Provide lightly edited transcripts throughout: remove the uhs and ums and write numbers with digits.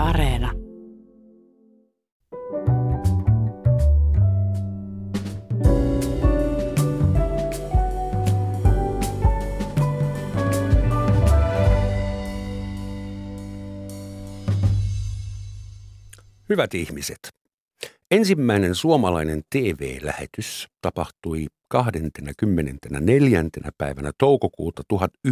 Areena. Hyvät ihmiset, ensimmäinen suomalainen TV-lähetys tapahtui 24. päivänä toukokuuta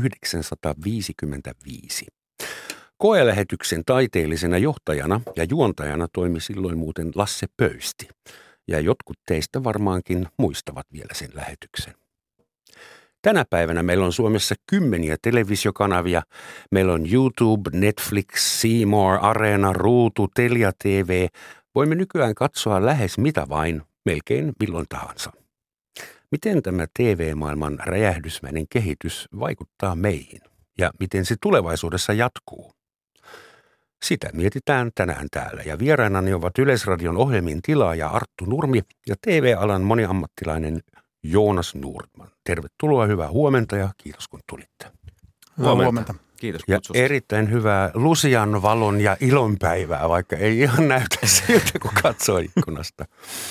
1955. Koelähetyksen taiteellisena johtajana ja juontajana toimi silloin muuten Lasse Pöysti, ja jotkut teistä varmaankin muistavat vielä sen lähetyksen. Tänä päivänä meillä on Suomessa kymmeniä televisiokanavia. Meillä on YouTube, Netflix, C More, Areena, Ruutu, Telia TV. Voimme nykyään katsoa lähes mitä vain, melkein milloin tahansa. Miten tämä TV-maailman räjähdysmäinen kehitys vaikuttaa meihin ja miten se tulevaisuudessa jatkuu? Sitä mietitään tänään täällä ja vierainani ovat Yleisradion ohjelmien tilaaja Arttu Nurmi ja TV-alan moniammattilainen Joonas Nordman. Tervetuloa, hyvää huomenta ja kiitos kun tulitte. Hyvää huomenta. Kiitos Ja kutsusta. erittäin hyvää Lucian valon ja ilonpäivää, vaikka ei ihan näytä siltä, kun katsoo ikkunasta.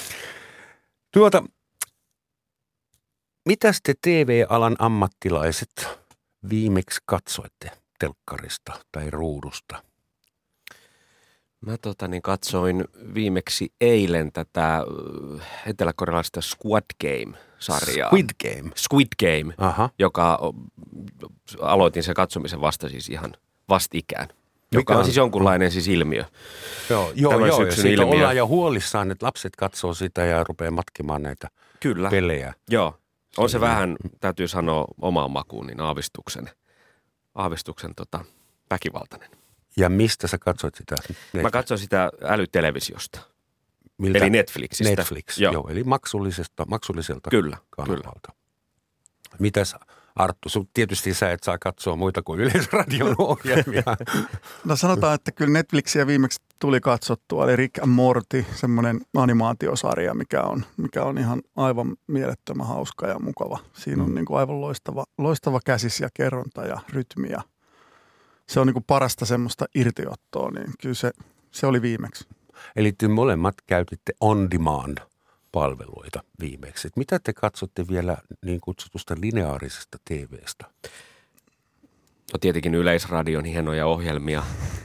Mitäs te TV-alan ammattilaiset viimeksi katsoitte telkkarista tai ruudusta? Mä katsoin viimeksi eilen tätä eteläkorealaista Squid Game-sarjaa. Squid Game, Aha. joka aloitin sen katsomisen vasta siis ihan vastikään. Joka Mikä on siis jonkunlainen siis ilmiö. Joo, Tämän ja syksyn siitä ilmiö. ollaan jo huolissaan, että lapset katsoo sitä ja rupeaa matkimaan näitä Kyllä. pelejä. Joo. On se vähän, täytyy sanoa omaan makuun, niin aavistuksen väkivaltainen. Ja mistä sä katsoit sitä? Mä katsoin sitä älytelevisiosta, Miltä? eli Netflixistä. Netflix, Joo. joo, eli maksulliselta Kyllä, kanavalta. Mitäs Arttu, tietysti sä et saa katsoa muita kuin Yleisradion ohjelmia. No sanotaan, että kyllä Netflixiä viimeksi tuli katsottua, eli Rick and Morty, semmoinen animaatiosarja, mikä on ihan aivan mielettömän hauska ja mukava. Siinä on niin kuin aivan loistava käsis ja kerronta ja rytmi ja se on niin kuin parasta semmoista irtiottoa, niin kyllä se oli viimeksi. Eli te molemmat käytitte on-demand-palveluita viimeksi. Et mitä te katsotte vielä niin kutsutusta lineaarisesta TV:stä? No tietenkin Yleisradion hienoja ohjelmia.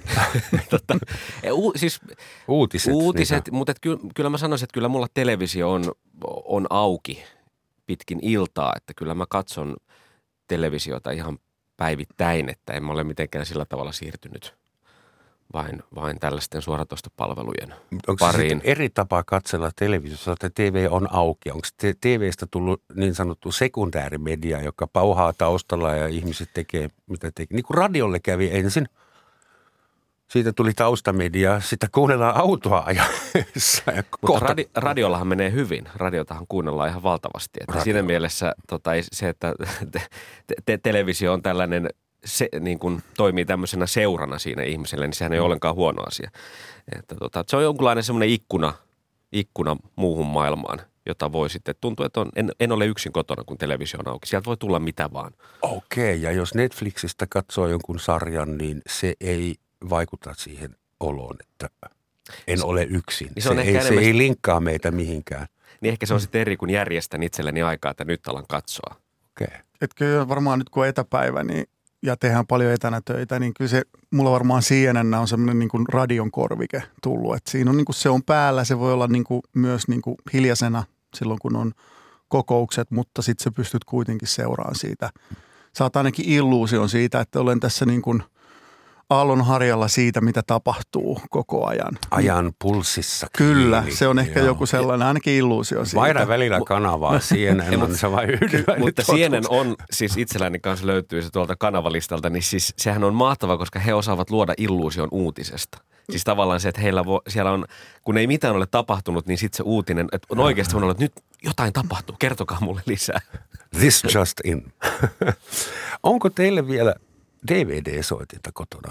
Siis Uutiset. mutta kyllä mä sanoisin, että kyllä mulla televisio on auki pitkin iltaa, että kyllä mä katson televisiota ihan päivittäin, että en mä ole mitenkään sillä tavalla siirtynyt vain tällaisten suoratoistopalvelujen Onko se pariin. sitten eri tapa katsella televisiossa, että TV on auki? Onko TV:stä tullut niin sanottu sekundäärimedia, joka pauhaa taustalla ja ihmiset tekee mitä tekee? Niin kuin radiolle kävi ensin. Siitä tuli taustamedia, sitä kuunnellaan autoa ajaessa. Mutta radiollahan menee hyvin. Radiotahan kuunnellaan ihan valtavasti. Että siinä mielessä se, että televisio on tällainen, se niin kuin toimii tämmöisenä seurana siinä ihmiselle, niin sehän ei ole ollenkaan huono asia. Että se on jonkunlainen semmoinen ikkuna muuhun maailmaan, jota voi sitten tuntua, että en ole yksin kotona, kun televisio on auki. Sieltä voi tulla mitä vaan. Okei, ja jos Netflixistä katsoo jonkun sarjan, niin se ei vaikuta siihen oloon, että en ole yksin. Niin se ei linkkaa meitä mihinkään. Niin ehkä se on sitten eri, kun järjestän itselleni aikaa, että nyt alan katsoa. Okei. Että kyllä varmaan nyt kun on etäpäivä ja tehdään paljon etänä töitä, niin kyllä se mulla varmaan CNN on semmoinen niin kuin radion korvike tullut. Että siinä on niin kuin se on päällä, se voi olla niin kuin myös niin kuin hiljaisena silloin kun on kokoukset, mutta sitten sä pystyt kuitenkin seuraamaan siitä. Saat ainakin illuusion siitä, että olen tässä niin kuin aallonharjalla siitä, mitä tapahtuu koko ajan. Ajan pulssissa. Kyllä, kiinni. se on ehkä Joo. joku sellainen, ainakin illuusio siitä. Vaihda välillä kanavaa, CNN on se vai yhdellä. Mutta CNN on, siis itselläni kanssa löytyy se tuolta kanavalistalta, niin siis sehän on mahtava, koska he osaavat luoda illuusion uutisesta. Siis tavallaan se, että siellä on, kun ei mitään ole tapahtunut, niin sitten se uutinen, että on oikeasti sellainen, että nyt jotain tapahtuu, kertokaa mulle lisää. This just in. Onko teille vielä DVD-soitinta kotona?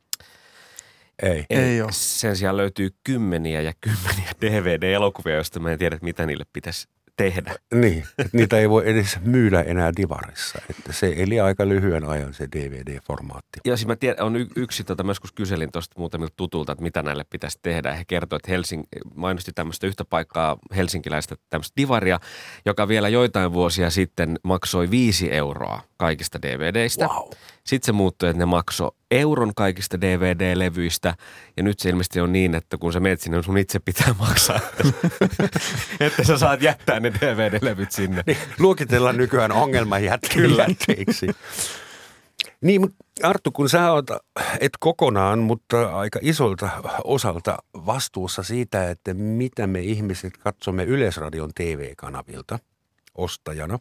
Ei ole. Sen sijaan löytyy kymmeniä ja kymmeniä DVD-elokuvia, joista mä en tiedä, mitä niille pitäisi tehdä. Niin, että niitä ei voi edes myydä enää divarissa. Että se eli aika lyhyen ajan se DVD-formaatti. Ja siis mä tiedän, on yksi, mä joskus kyselin tuosta muutamilta tutulta, että mitä näille pitäisi tehdä. He kertoivat, että mainosti tämmöistä yhtä paikkaa helsinkiläistä tämmöistä divaria, joka vielä joitain vuosia sitten maksoi 5 euroa kaikista DVDistä. Wow. Sitten se muuttui, että ne maksoi euron kaikista DVD-levyistä. Ja nyt se ilmeisesti on niin, että kun sä menet sinne, sun itse pitää maksaa, että sä saat jättää ne DVD-levyt sinne. Niin, luokitellaan nykyään ongelmajätteiksi. Niin, mutta Arttu, kun sä oot, et kokonaan, mutta aika isolta osalta vastuussa siitä, että mitä me ihmiset katsomme Yleisradion TV-kanavilta ostajana.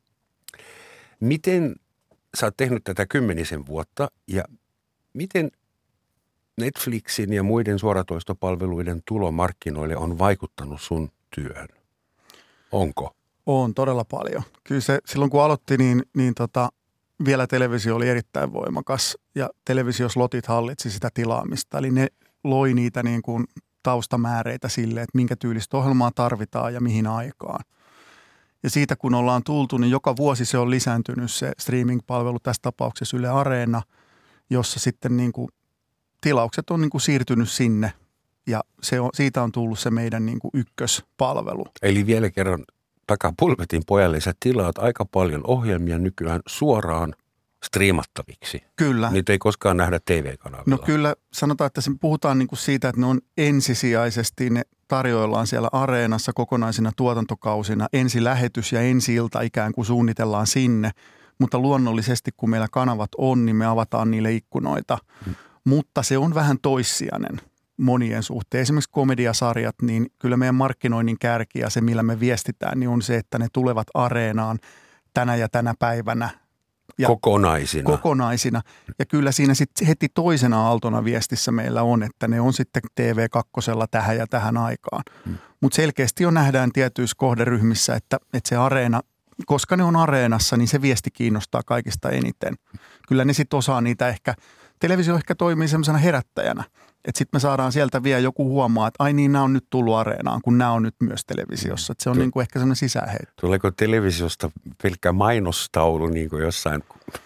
Miten sä oot tehnyt tätä 10 vuotta ja miten Netflixin ja muiden suoratoistopalveluiden tulo markkinoille on vaikuttanut sun työhön? Onko? On todella paljon. Kyllä se silloin kun aloitti, niin vielä televisio oli erittäin voimakas ja televisioslotit hallitsi sitä tilaamista. Eli ne loi niitä niin kuin taustamääreitä sille, että minkä tyylistä ohjelmaa tarvitaan ja mihin aikaan. Ja siitä kun ollaan tultu, niin joka vuosi se on lisääntynyt se streaming-palvelu, tässä tapauksessa Yle Areena, jossa sitten niin kuin tilaukset on niin kuin siirtynyt sinne ja siitä on tullut se meidän niin kuin ykköspalvelu. Eli vielä kerran takapulpetin pojalle, sä tilaat aika paljon ohjelmia nykyään suoraan striimattaviksi. Kyllä. Niitä ei koskaan nähdä TV-kanavilla. No kyllä, sanotaan, että puhutaan niin kuin siitä, että ne on ensisijaisesti, ne tarjoillaan siellä Areenassa kokonaisina tuotantokausina. Ensilähetys ja ensi-ilta ikään kuin suunnitellaan sinne, mutta luonnollisesti kun meillä kanavat on, niin me avataan niille ikkunoita. Mutta se on vähän toissijainen monien suhteen. Esimerkiksi komediasarjat, niin kyllä meidän markkinoinnin kärki ja se, millä me viestitään, niin on se, että ne tulevat Areenaan tänä ja tänä päivänä. Ja kokonaisina. Ja kyllä siinä sitten heti toisena aaltona viestissä meillä on, että ne on sitten TV2 tähän ja tähän aikaan. Mutta selkeästi jo nähdään tietyissä kohderyhmissä, että se Areena, koska ne on Areenassa, niin se viesti kiinnostaa kaikista eniten. Kyllä ne sitten osaa niitä ehkä, televisio ehkä toimii semmoisena herättäjänä. Että sitten me saadaan sieltä vielä joku huomaa, että ai niin, nämä on nyt tullut Areenaan, kun nämä on nyt myös televisiossa. Että se on niin kuin ehkä semmoinen sisäänheitto. Tuleeko televisiosta pelkkä mainostaulu niin kuin jossain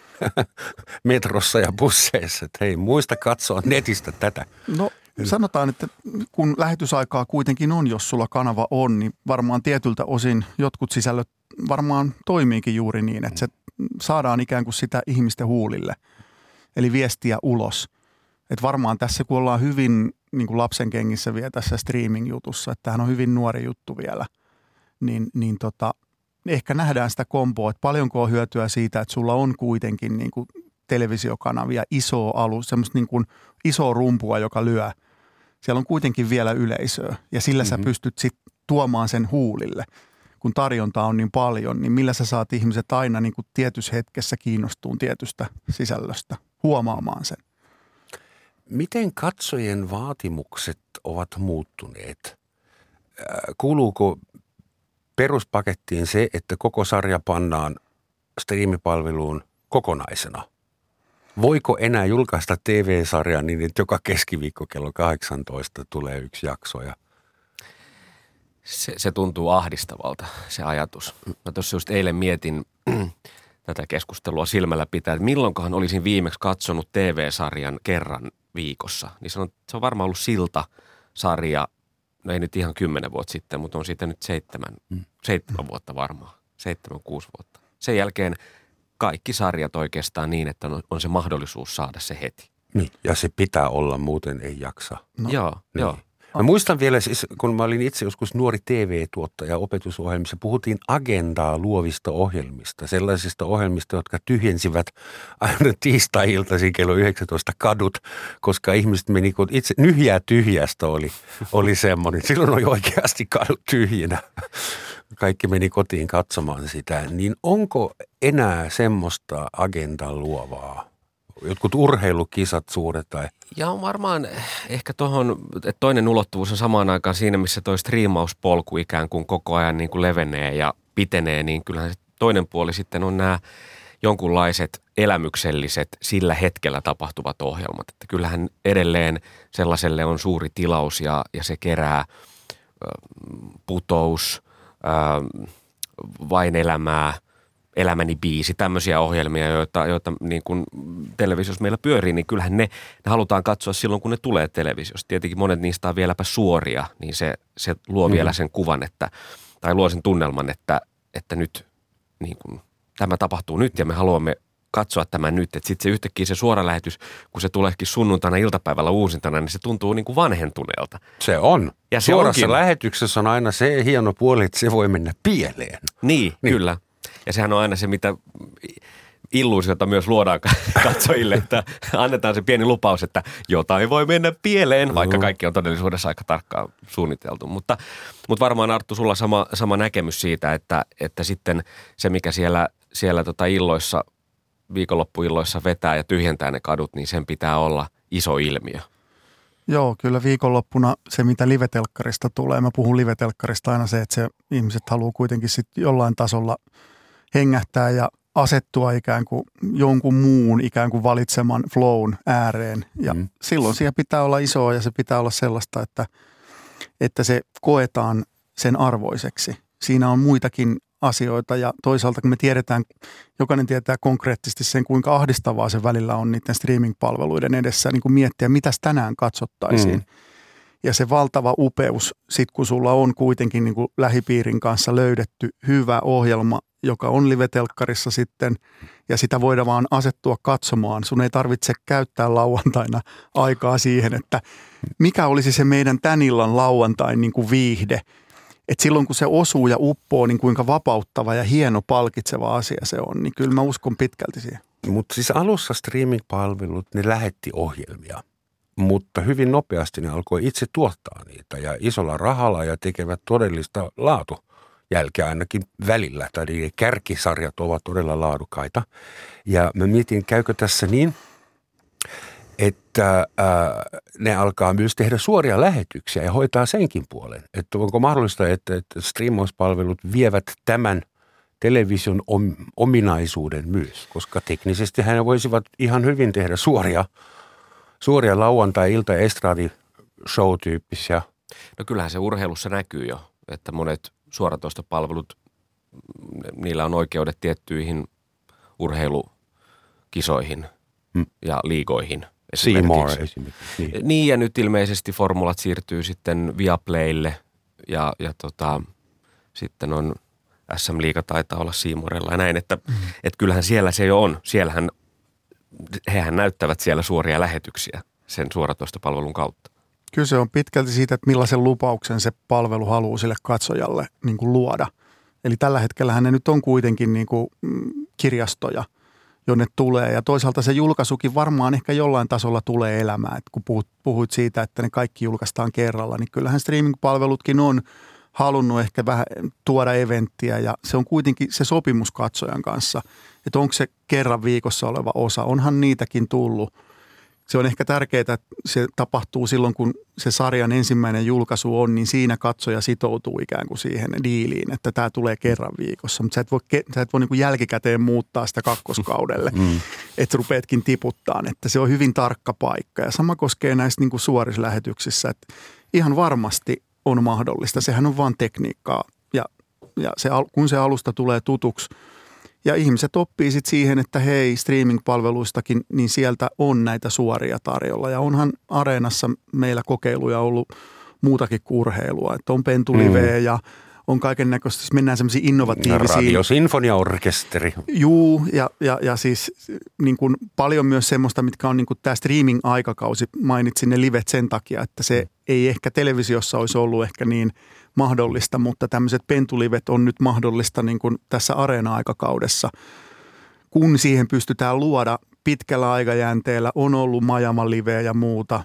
metrossa ja busseissa, että hei, muista katsoa netistä tätä? No sanotaan, että kun lähetysaikaa kuitenkin on, jos sulla kanava on, niin varmaan tietyltä osin jotkut sisällöt varmaan toimiikin juuri niin, että se saadaan ikään kuin sitä ihmisten huulille, eli viestiä ulos. Että varmaan tässä, kun ollaan hyvin niin kuin lapsen kengissä vielä tässä streaming-jutussa, että tämähän on hyvin nuori juttu vielä, niin ehkä nähdään sitä komboa, että paljonko on hyötyä siitä, että sulla on kuitenkin niin kuin televisiokanavia, iso alus, semmoista niin kuin isoa rumpua, joka lyö. Siellä on kuitenkin vielä yleisöä ja sillä sä pystyt sitten tuomaan sen huulille. Kun tarjontaa on niin paljon, niin millä sä saat ihmiset aina niin kuin tietyssä hetkessä kiinnostuun tietystä sisällöstä, huomaamaan sen. Miten katsojien vaatimukset ovat muuttuneet? Kuuluuko peruspakettiin se, että koko sarja pannaan striimipalveluun kokonaisena? Voiko enää julkaista TV-sarjan niin, että joka keskiviikko kello 18 tulee yksi jakso? Se tuntuu ahdistavalta, se ajatus. Mä tuossa just eilen mietin tätä keskustelua silmällä pitää, että milloinkohan olisin viimeksi katsonut TV-sarjan kerran viikossa. Niin se on varmaan ollut Silta-sarja, no ei nyt ihan 10 vuotta sitten, mutta on siitä nyt 7 vuotta varmaan, 7-6 vuotta. Sen jälkeen kaikki sarjat oikeastaan niin, että on se mahdollisuus saada se heti. Niin, ja se pitää olla, muuten ei jaksa. No, joo. Mä muistan vielä siis, kun mä olin itse joskus nuori TV-tuottaja opetusohjelmissa, puhuttiin agendaa luovista ohjelmista, sellaisista ohjelmista, jotka tyhjensivät aina tiistai-iltaisin kello 19 kadut, koska ihmiset meni, kun itse nyhjää tyhjästä oli semmoinen. Silloin oli oikeasti kadut tyhjinä. Kaikki meni kotiin katsomaan sitä. Niin onko enää semmoista agendan luovaa? Jotkut urheilukisat suuret tai? Ja on varmaan ehkä tuohon, että toinen ulottuvuus on samaan aikaan siinä, missä toi striimauspolku ikään kuin koko ajan niin kuin levenee ja pitenee, niin kyllähän se toinen puoli sitten on nämä jonkunlaiset elämykselliset sillä hetkellä tapahtuvat ohjelmat. Että kyllähän edelleen sellaiselle on suuri tilaus ja se kerää Putous, Vain elämää, Elämäni biisi, tämmöisiä ohjelmia, joita niin kuin televisiossa meillä pyörii, niin kyllähän ne halutaan katsoa silloin, kun ne tulee televisiossa. Tietenkin monet niistä on vieläpä suoria, niin se luo vielä sen kuvan, tai luo sen tunnelman, että nyt niin kuin, tämä tapahtuu nyt ja me haluamme katsoa tämän nyt. Että sitten se yhtäkkiä se suora lähetys, kun se tuleekin sunnuntaina iltapäivällä uusintana, niin se tuntuu niin kuin vanhentuneelta. Se on. Ja se suorassa onkin. Lähetyksessä on aina se hieno puoli, että se voi mennä pieleen. Niin, kyllä. Ja sehän on aina se, mitä illuusiota myös luodaan katsojille, että annetaan se pieni lupaus, että jotain voi mennä pieleen, vaikka kaikki on todellisuudessa aika tarkkaan suunniteltu. Mutta varmaan Arttu, sulla sama näkemys siitä, että sitten se, mikä siellä illoissa, viikonloppuilloissa vetää ja tyhjentää ne kadut, niin sen pitää olla iso ilmiö. Joo, kyllä viikonloppuna se, mitä livetelkkarista tulee, mä puhun livetelkkarista aina se, että se ihmiset haluaa kuitenkin sitten jollain tasolla hengähtää ja asettua ikään kuin jonkun muun ikään kuin valitseman flown ääreen. Ja silloin siellä pitää olla isoa ja se pitää olla sellaista, että se koetaan sen arvoiseksi. Siinä on muitakin asioita ja toisaalta kun me tiedetään, jokainen tietää konkreettisesti sen, kuinka ahdistavaa se välillä on niiden streaming-palveluiden edessä, niin kuin miettiä, mitäs tänään katsottaisiin. Ja se valtava upeus, sit kun sulla on kuitenkin niin kuin lähipiirin kanssa löydetty hyvä ohjelma, joka on live-telkkarissa sitten, ja sitä voidaan vaan asettua katsomaan. Sun ei tarvitse käyttää lauantaina aikaa siihen, että mikä olisi se meidän tän illan lauantain niin kuin viihde. Että silloin kun se osuu ja uppoo, niin kuinka vapauttava ja hieno palkitseva asia se on, niin kyllä mä uskon pitkälti siihen. Mutta siis alussa streaming-palvelut, ne lähetti ohjelmia, mutta hyvin nopeasti ne alkoi itse tuottaa niitä ja isolla rahalla ja tekevät todellista laatujälkeä ainakin välillä. Tai kärkisarjat ovat todella laadukkaita ja mä mietin, käykö tässä niin, että ne alkaa myös tehdä suoria lähetyksiä ja hoitaa senkin puolen. Että onko mahdollista, että striimauspalvelut vievät tämän television ominaisuuden myös, koska teknisesti he voisivat ihan hyvin tehdä suoria lauantai-ilta estradi-show-tyyppisiä. No kyllähän se urheilussa näkyy jo, että monet suoratoistopalvelut, niillä on oikeudet tiettyihin urheilukisoihin ja liigoihin. Seymour esimerkiksi. Niin, ja nyt ilmeisesti formulat siirtyy sitten Viaplaylle ja sitten on SM-liiga taitaa olla Seymourilla ja näin, että kyllähän siellä se jo on. Hehän näyttävät siellä suoria lähetyksiä sen suoratoistopalvelun kautta. Kyllä se on pitkälti siitä, että millaisen lupauksen se palvelu haluaa sille katsojalle niin kuin luoda. Eli tällä hetkellähän ne nyt on kuitenkin niin kuin kirjastoja, jonne tulee. Ja toisaalta se julkaisukin varmaan ehkä jollain tasolla tulee elämään. Et kun puhuit siitä, että ne kaikki julkaistaan kerralla, niin kyllähän streaming-palvelutkin on halunnut ehkä vähän tuoda eventtiä. Ja se on kuitenkin se sopimus katsojan kanssa, että onko se kerran viikossa oleva osa. Onhan niitäkin tullut. Se on ehkä tärkeää, että se tapahtuu silloin, kun se sarjan ensimmäinen julkaisu on, niin siinä katsoja sitoutuu ikään kuin siihen diiliin, että tämä tulee kerran viikossa. Mutta sä et voi niin kuin jälkikäteen muuttaa sitä kakkoskaudelle, että rupeatkin tiputtaa, että se on hyvin tarkka paikka. Ja sama koskee näissä niin kuin suorissa lähetyksissä, että ihan varmasti on mahdollista. Sehän on vaan tekniikkaa ja kun se alusta tulee tutuksi, ja ihmiset oppii sitten siihen, että hei, streaming-palveluistakin, niin sieltä on näitä suoria tarjolla. Ja onhan Areenassa meillä kokeiluja ollut muutakin kuin urheilua. Että on pentuliveä ja on kaiken näköistä, mennään semmoisiin innovatiivisiin. Radiosinfoniaorkesteri. Juu, ja siis niin kuin paljon myös semmoista, mitkä on niin kuin tämä streaming-aikakausi. Mainitsin ne livet sen takia, että se ei ehkä televisiossa olisi ollut ehkä niin mahdollista, mutta tämmöiset pentulivet on nyt mahdollista niin kuin tässä Areena-aikakaudessa. Kun siihen pystytään luoda pitkällä aikajänteellä, on ollut Majama-liveä ja muuta.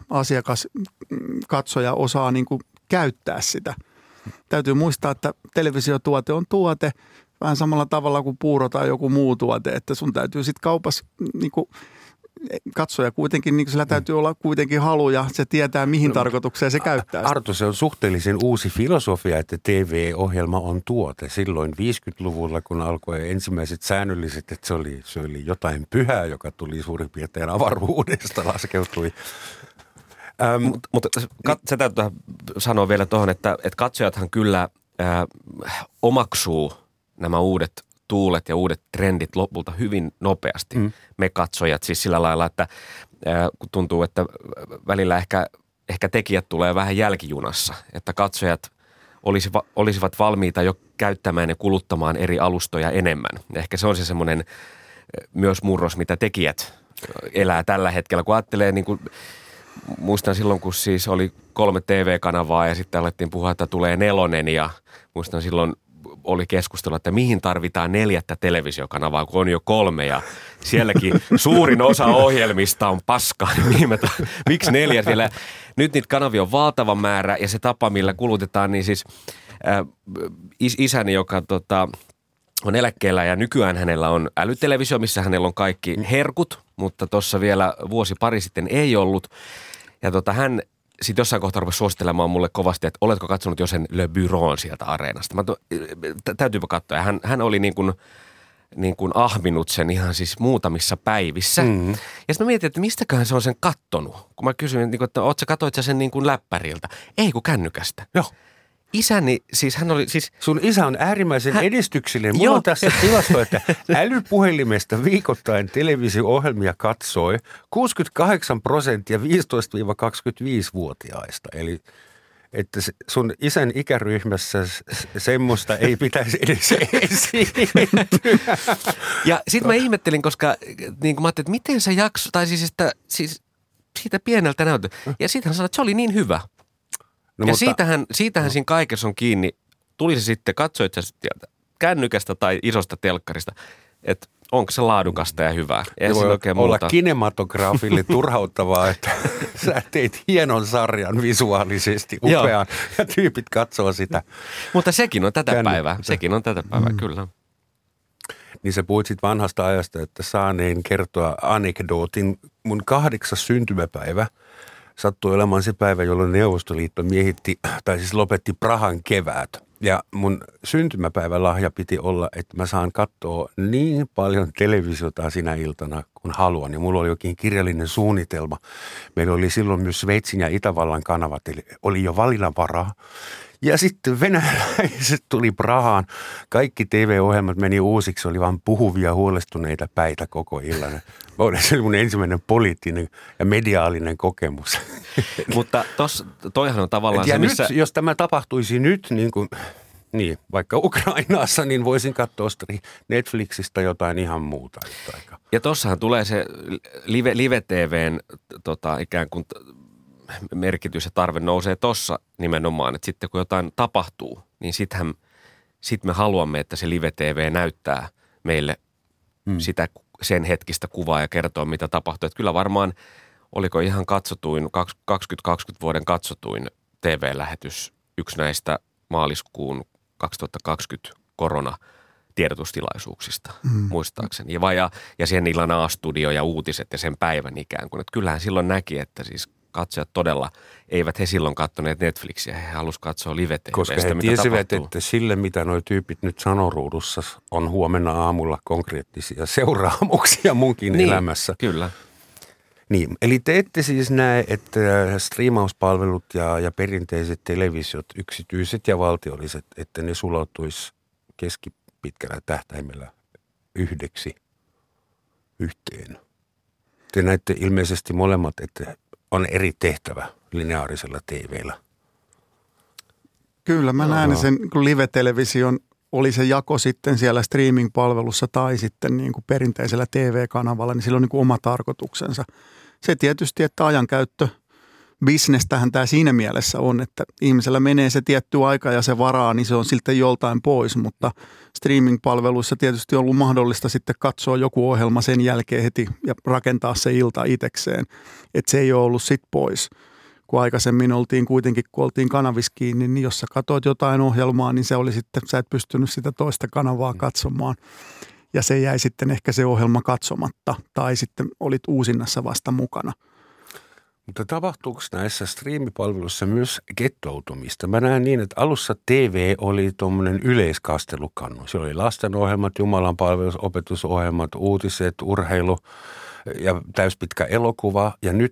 Katsoja osaa niin kuin käyttää sitä. Täytyy muistaa, että televisiotuote on tuote vähän samalla tavalla kuin puuro tai joku muu tuote, että sun täytyy sitten kaupassa niin kuin katsoja kuitenkin, niin sillä täytyy olla kuitenkin halu ja se tietää, mihin tarkoitukseen se käyttää. Arto, se on suhteellisen uusi filosofia, että TV-ohjelma on tuote. Silloin 50-luvulla, kun alkoi ensimmäiset säännölliset, että se oli jotain pyhää, joka tuli suurin piirtein avaruudesta, laskeutui. Mutta se täytyy sanoa vielä tuohon, että katsojathan kyllä omaksuu nämä uudet tuulet ja uudet trendit lopulta hyvin nopeasti. Me katsojat siis sillä lailla, että kun tuntuu, että välillä ehkä tekijät tulee vähän jälkijunassa, että katsojat olisivat valmiita jo käyttämään ja kuluttamaan eri alustoja enemmän. Ja ehkä se on se semmoinen myös murros, mitä tekijät elää tällä hetkellä, kun ajattelee niin kuin, muistan silloin, kun siis oli 3 TV-kanavaa ja sitten alettiin puhua, että tulee 4 ja muistan silloin oli keskustelua, että mihin tarvitaan 4 televisiokanavaa, kun on jo 3 ja sielläkin suurin osa ohjelmista on paskaa. Miksi 4 vielä? Nyt niitä kanavia on valtava määrä ja se tapa, millä kulutetaan, niin siis isäni, joka on eläkkeellä ja nykyään hänellä on älytelevisio, missä hänellä on kaikki herkut, mutta tuossa vielä vuosi pari sitten ei ollut. Ja hän sitten jossain kohtaa rupesi suosittelemaan mulle kovasti, että oletko katsonut jo sen Le Bureau'n sieltä Areenasta. Täytyypä katsoa. Ja hän oli niin kuin ahminut sen ihan siis muutamissa päivissä. Ja sitten mä mietin, että mistäköhän se on sen kattonut. Kun mä kysyin, että katoit sä sen niin kuin läppäriltä? Ei, kun kännykästä. Joo. Isäni, siis hän oli siis... Sun isä on äärimmäisen edistyksellinen. Mulla on tässä tilasto, että älypuhelimesta viikoittain televisio-ohjelmia katsoi 68% 15-25-vuotiaista. Eli että sun isän ikäryhmässä semmoista ei pitäisi edes esiintyä. Ja sit mä ihmettelin, koska niin kuin mä ajattelin, että miten se jakso, tai siis siitä pieneltä näyttää. Ja sitten hän sanoi, että se oli niin hyvä. No, ja siitähän siinä kaikessa on kiinni, tuli se sitten, katsoit sä sitten kännykästä tai isosta telkkarista, että onko se laadukasta ja hyvää. Ei voi olla kinematograafille turhauttavaa, että sä teit hienon sarjan visuaalisesti, upean, ja tyypit katsoo sitä. Mutta sekin on tätä päivää, kyllä. Niin sä puhuit siitä vanhasta ajasta, että saaneen kertoa anekdootin. Mun 8. syntymäpäivä sattui olemaan se päivä, jolloin Neuvostoliitto lopetti Prahan keväät. Ja mun syntymäpäivälahja piti olla, että mä saan katsoa niin paljon televisiota sinä iltana kun haluan. Ja mulla oli jokin kirjallinen suunnitelma. Meillä oli silloin myös Sveitsin ja Itävallan kanavat, eli oli jo valinnanvaraa. Ja sitten venäläiset tuli Prahaan. Kaikki TV-ohjelmat meni uusiksi. Oli vaan puhuvia, huolestuneita päitä koko illan. Se oli mun ensimmäinen poliittinen ja mediaalinen kokemus. Mutta toihan on tavallaan ja se, missä... nyt, jos tämä tapahtuisi nyt, vaikka Ukrainassa, niin voisin katsoa Netflixistä jotain ihan muuta. Ja tossahan tulee se live-TVn ikään kuin merkitys ja tarve nousee tossa nimenomaan, että sitten kun jotain tapahtuu, niin sitten me haluamme, että se live-TV näyttää meille sitä sen hetkistä kuvaa ja kertoo, mitä tapahtuu. Että kyllä varmaan, oliko ihan 2020 vuoden katsotuin TV-lähetys yksi näistä maaliskuun 2020 koronatiedotustilaisuuksista, muistaakseni. Ja sen illan A-studio ja uutiset ja sen päivän ikään kuin. Että kyllähän silloin näki, että siis katsojat todella eivät he silloin katsoneet Netflixiä. He halusivat katsoa live-TVstä, koska he tiesivät, että sille, mitä nuo tyypit nyt sanoo ruudussa, on huomenna aamulla konkreettisia seuraamuksia munkin elämässä. Kyllä. Niin, eli te ette siis näe, että striimauspalvelut ja perinteiset televisiot, yksityiset ja valtiolliset, että ne sulautuisi keskipitkällä tähtäimellä yhdeksi yhteen. Te näette ilmeisesti molemmat, että on eri tehtävä lineaarisella TV:llä. Kyllä, mä näen sen, kun live-television oli se jako sitten siellä streaming-palvelussa tai sitten niin kuin perinteisellä TV-kanavalla, niin sillä on niin kuin oma tarkoituksensa. Se tietysti, että ajankäyttö, bisnestähän tämä siinä mielessä on, että ihmisellä menee se tietty aika ja se varaa, niin se on siltä joltain pois, mutta streaming-palveluissa tietysti on ollut mahdollista sitten katsoa joku ohjelma sen jälkeen heti ja rakentaa se ilta itsekseen, että se ei ole ollut sit pois. Kun aikaisemmin oltiin kuitenkin, kun oltiin kanavissa kiinni, niin jos sä katsoit jotain ohjelmaa, niin se oli sitten, sä et pystynyt sitä toista kanavaa katsomaan. Ja se jäi sitten ehkä se ohjelma katsomatta tai sitten olit uusinnassa vasta mukana. Mutta tapahtuuko näissä striimipalveluissa myös gettoutumista? Mä näen niin, että alussa TV oli tuommoinen yleiskastelukannu. Siellä oli lastenohjelmat, jumalanpalvelus, opetusohjelmat, uutiset, urheilu ja täyspitkä elokuva. Ja nyt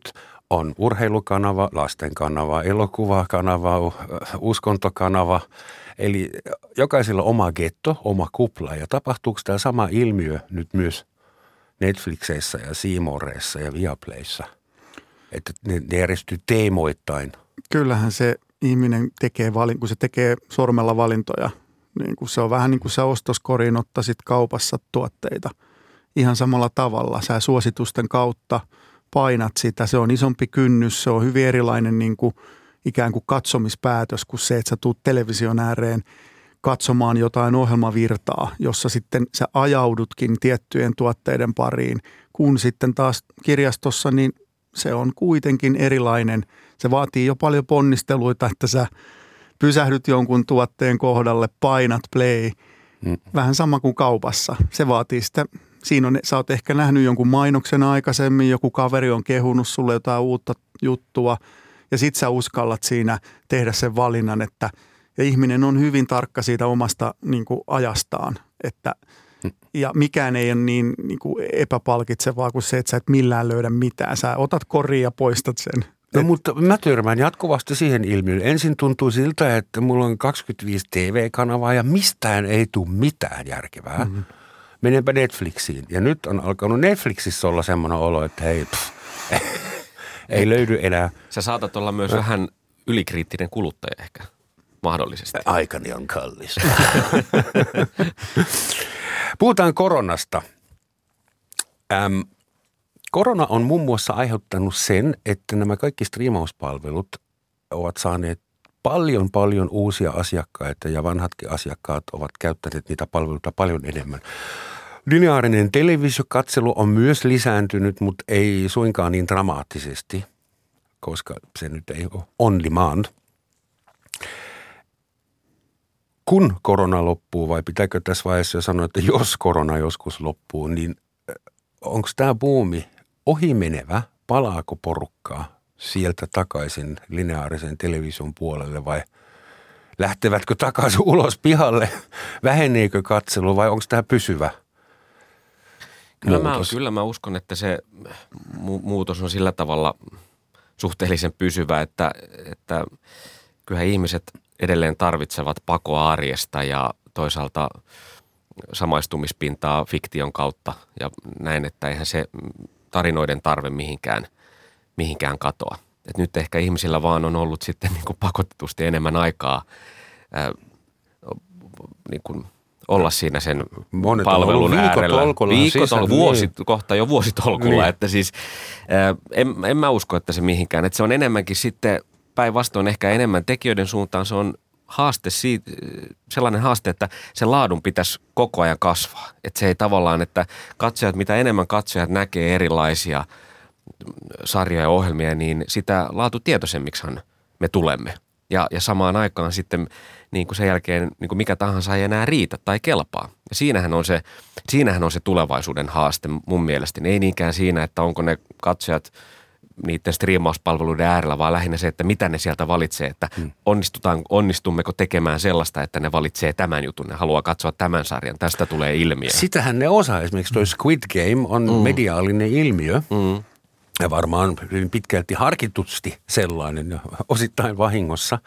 On urheilukanava, lastenkanava, elokuvakanava, uskontokanava. Eli jokaisella oma getto, oma kupla. Ja tapahtuuko tämä sama ilmiö nyt myös Netflixeissä ja C Moreissa ja Viaplayssa? Että ne järjestyy teemoittain. Kyllähän se ihminen tekee, kun se tekee sormella valintoja, niin kuin se on vähän niin kuin sä ostoskoriin ottaisit kaupassa tuotteita. Ihan samalla tavalla. Sä suositusten kautta painat sitä. Se on isompi kynnys. Se on hyvin erilainen niin kuin ikään kuin katsomispäätös kuin se, että sä tuut television ääreen katsomaan jotain ohjelmavirtaa, jossa sitten sä ajaudutkin tiettyjen tuotteiden pariin. Kun sitten taas kirjastossa, niin se on kuitenkin erilainen. Se vaatii jo paljon ponnisteluita, että sä pysähdyt jonkun tuotteen kohdalle, painat play. Vähän sama kuin kaupassa. Se vaatii sitä. Sä oot ehkä nähnyt jonkun mainoksen aikaisemmin, joku kaveri on kehunut sulle jotain uutta juttua ja sit sä uskallat siinä tehdä sen valinnan, että ja ihminen on hyvin tarkka siitä omasta niin kuin ajastaan, että ja mikään ei ole niin kuin epäpalkitsevaa kuin se, että sä et millään löydä mitään. Sä otat korin ja poistat sen. No mutta mä törmään jatkuvasti siihen ilmiöön. Ensin tuntuu siltä, että mulla on 25 TV-kanavaa ja mistään ei tule mitään järkevää. Mm-hmm. Menenpä Netflixiin. Ja nyt on alkanut Netflixissä olla semmoinen olo, että hei, ei löydy enää. Sä saatat olla myös vähän ylikriittinen kuluttaja ehkä, mahdollisesti. Aikani on kallis. Puhutaan koronasta. Korona on muun muassa aiheuttanut sen, että nämä kaikki striimauspalvelut ovat saaneet paljon uusia asiakkaita ja vanhatkin asiakkaat ovat käyttäneet niitä palveluita paljon enemmän. Lineaarinen televisiokatselu on myös lisääntynyt, mutta ei suinkaan niin dramaattisesti, koska se nyt ei ole on demand. Kun korona loppuu, vai pitääkö tässä vaiheessa jo sanoa, että jos korona joskus loppuu, niin onko tämä buumi ohimenevä? Palaako porukkaa sieltä takaisin lineaarisen television puolelle vai lähtevätkö takaisin ulos pihalle? Väheneekö katselu vai onko tämä pysyvä muutos? Kyllä mä uskon, että se muutos on sillä tavalla suhteellisen pysyvä, että kyllähän ihmiset edelleen tarvitsevat pakoa arjesta ja toisaalta samaistumispintaa fiktion kautta ja näin, että eihän se tarinoiden tarve mihinkään katoa. Et nyt ehkä ihmisillä vaan on ollut sitten niin kuin pakotetusti enemmän aikaa niin kuin olla siinä sen monet palvelun äärellä. Kohta jo vuositolkulla. Niin. Että siis en mä usko, että se mihinkään. Että se on enemmänkin sitten päinvastoin ehkä enemmän tekijöiden suuntaan. Se on sellainen haaste, että sen laadun pitäisi koko ajan kasvaa. Että se ei tavallaan, että mitä enemmän katsojat näkee erilaisia sarjoja ja ohjelmia, niin sitä laatutietoisemmiksahan me tulemme. Ja samaan aikaan sitten niin kuin sen jälkeen niin kuin mikä tahansa ei enää riitä tai kelpaa. Ja siinähän on se tulevaisuuden haaste mun mielestäni. Ei niinkään siinä, että onko ne katsojat niiden striimauspalveluiden äärellä, vaan lähinnä se, että mitä ne sieltä valitsee, että onnistummeko tekemään sellaista, että ne valitsee tämän jutun, ne haluaa katsoa tämän sarjan, tästä tulee ilmiö. Sitähän ne osaa. Esimerkiksi toi Squid Game on mediaalinen ilmiö. Ja varmaan hyvin pitkälti harkitusti sellainen, osittain vahingossa.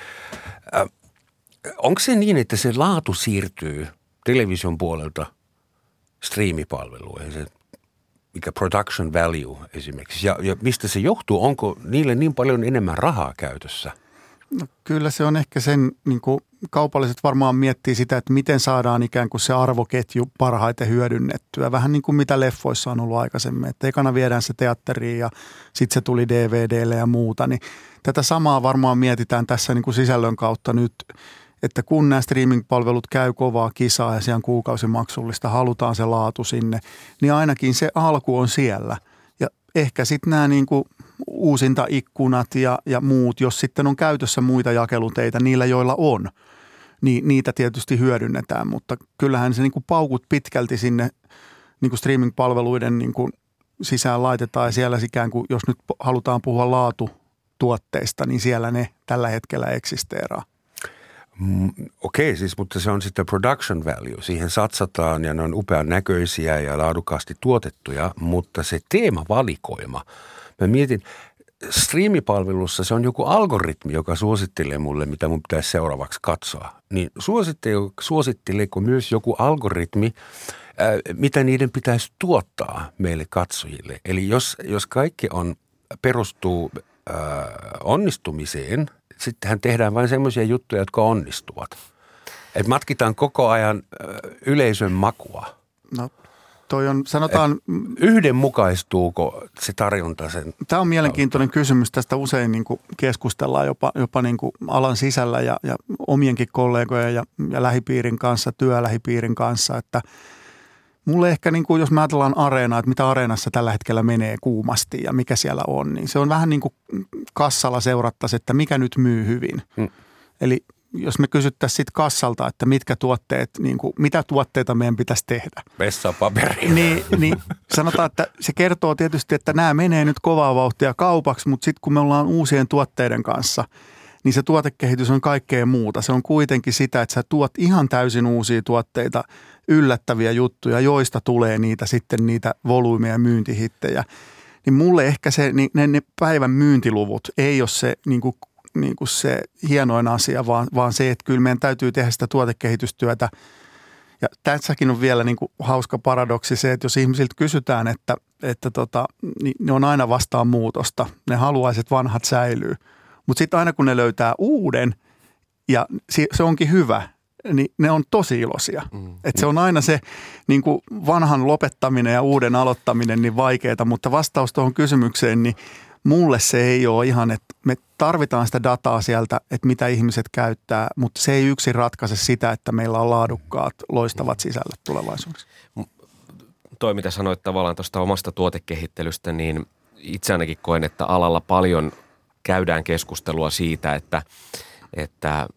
Onko se niin, että se laatu siirtyy television puolelta striimipalveluihin, se mikä production value esimerkiksi, ja mistä se johtuu? Onko niille niin paljon enemmän rahaa käytössä? No, kyllä se on ehkä sen, niin kuin kaupalliset varmaan miettii sitä, että miten saadaan ikään kuin se arvoketju parhaiten hyödynnettyä. Vähän niin kuin mitä leffoissa on ollut aikaisemmin, että ekana viedään se teatteriin ja sitten se tuli DVDlle ja muuta. Niin tätä samaa varmaan mietitään tässä niin kuin sisällön kautta nyt, että kun nämä streaming-palvelut käy kovaa kisaa ja siellä on kuukausimaksullista, halutaan se laatu sinne, niin ainakin se alku on siellä. Ja ehkä sitten nämä niin kuin uusintaikkunat ja muut, jos sitten on käytössä muita jakeluteitä niillä, joilla on, niin niitä tietysti hyödynnetään. Mutta kyllähän se niin kuin paukut pitkälti sinne niin kuin streaming-palveluiden niin kuin sisään laitetaan ja siellä ikään kuin, jos nyt halutaan puhua laatutuotteista, niin siellä ne tällä hetkellä eksisteeraa. Okei, siis, mutta se on sitten production value. Siihen satsataan ja ne on upean näköisiä ja laadukkaasti tuotettuja, mutta se teemavalikoima, mä mietin, striimipalvelussa se on joku algoritmi, joka suosittelee mulle, mitä mun pitäisi seuraavaksi katsoa. Niin suositteleeko myös joku algoritmi, mitä niiden pitäisi tuottaa meille katsojille? Eli jos kaikki perustuu onnistumiseen, sittenhän tehdään vain semmoisia juttuja, jotka onnistuvat. Että matkitaan koko ajan yleisön makua. No toi on, sanotaan... Yhdenmukaistuuko se tarjonta sen? Tämä on mielenkiintoinen kysymys. Tästä usein niin kuin keskustellaan jopa niin kuin alan sisällä ja omienkin kollegojen ja lähipiirin kanssa, työlähipiirin kanssa, että mulle ehkä, niin kuin, jos me ajatellaan areenaa, että mitä areenassa tällä hetkellä menee kuumasti ja mikä siellä on, niin se on vähän niin kuin kassalla seurattaisiin, että mikä nyt myy hyvin. Eli jos me kysyttäisiin sit kassalta, että mitkä tuotteet, niin kuin, mitä tuotteita meidän pitäisi tehdä. Vessapaperia. Niin sanotaan, että se kertoo tietysti, että nämä menee nyt kovaa vauhtia kaupaksi, mutta sitten kun me ollaan uusien tuotteiden kanssa, niin se tuotekehitys on kaikkea muuta. Se on kuitenkin sitä, että sä tuot ihan täysin uusia tuotteita, yllättäviä juttuja, joista tulee niitä volyymeja ja myyntihittejä. Niin mulle ehkä se, ne päivän myyntiluvut ei ole se niin kuin se hienoin asia, vaan se, että kyllä meidän täytyy tehdä sitä tuotekehitystyötä. Ja tässäkin on vielä niin kuin hauska paradoksi se, että jos ihmisiltä kysytään, että niin ne on aina vastaan muutosta, ne haluaiset vanhat säilyy. Mutta sitten aina kun ne löytää uuden ja se onkin hyvä, niin ne on tosi iloisia. Että se on aina se niin kuin vanhan lopettaminen ja uuden aloittaminen niin vaikeaa, mutta vastaus tuohon kysymykseen, niin mulle se ei ole ihan, että me tarvitaan sitä dataa sieltä, että mitä ihmiset käyttää, mutta se ei yksin ratkaise sitä, että meillä on laadukkaat, loistavat sisällöt tulevaisuudessa. Toi, mitä sanoit tavallaan tuosta omasta tuotekehittelystä, niin itse ainakin koen, että alalla paljon käydään keskustelua siitä, että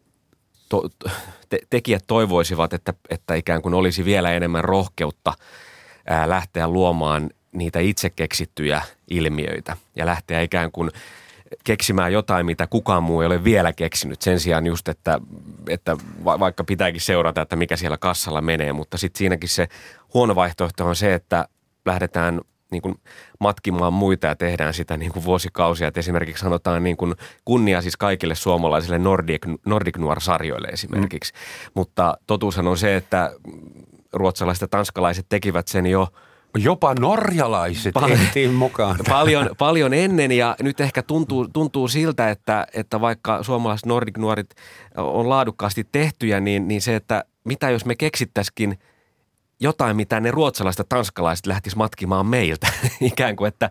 tekijät toivoisivat, että ikään kuin olisi vielä enemmän rohkeutta lähteä luomaan niitä itse keksittyjä ilmiöitä ja lähteä ikään kuin keksimään jotain, mitä kukaan muu ei ole vielä keksinyt. Sen sijaan just, että vaikka pitääkin seurata, että mikä siellä kassalla menee, mutta sitten siinäkin se huono vaihtoehto on se, että lähdetään niin kuin matkimaan muita ja tehdään sitä niin kuin vuosikausia. Että esimerkiksi sanotaan niin kuin kunnia siis kaikille suomalaisille Nordic Noir-sarjoille esimerkiksi. Mutta totuushan on se, että ruotsalaiset ja tanskalaiset tekivät sen jo jopa norjalaiset ehtiin mukaan. Paljon ennen ja nyt ehkä tuntuu siltä, että vaikka suomalaiset Nordic Noirit on laadukkaasti tehtyjä, niin se, että mitä jos me keksittäisikin jotain, mitä ne ruotsalaiset ja tanskalaiset lähtis matkimaan meiltä. Ikään kuin, että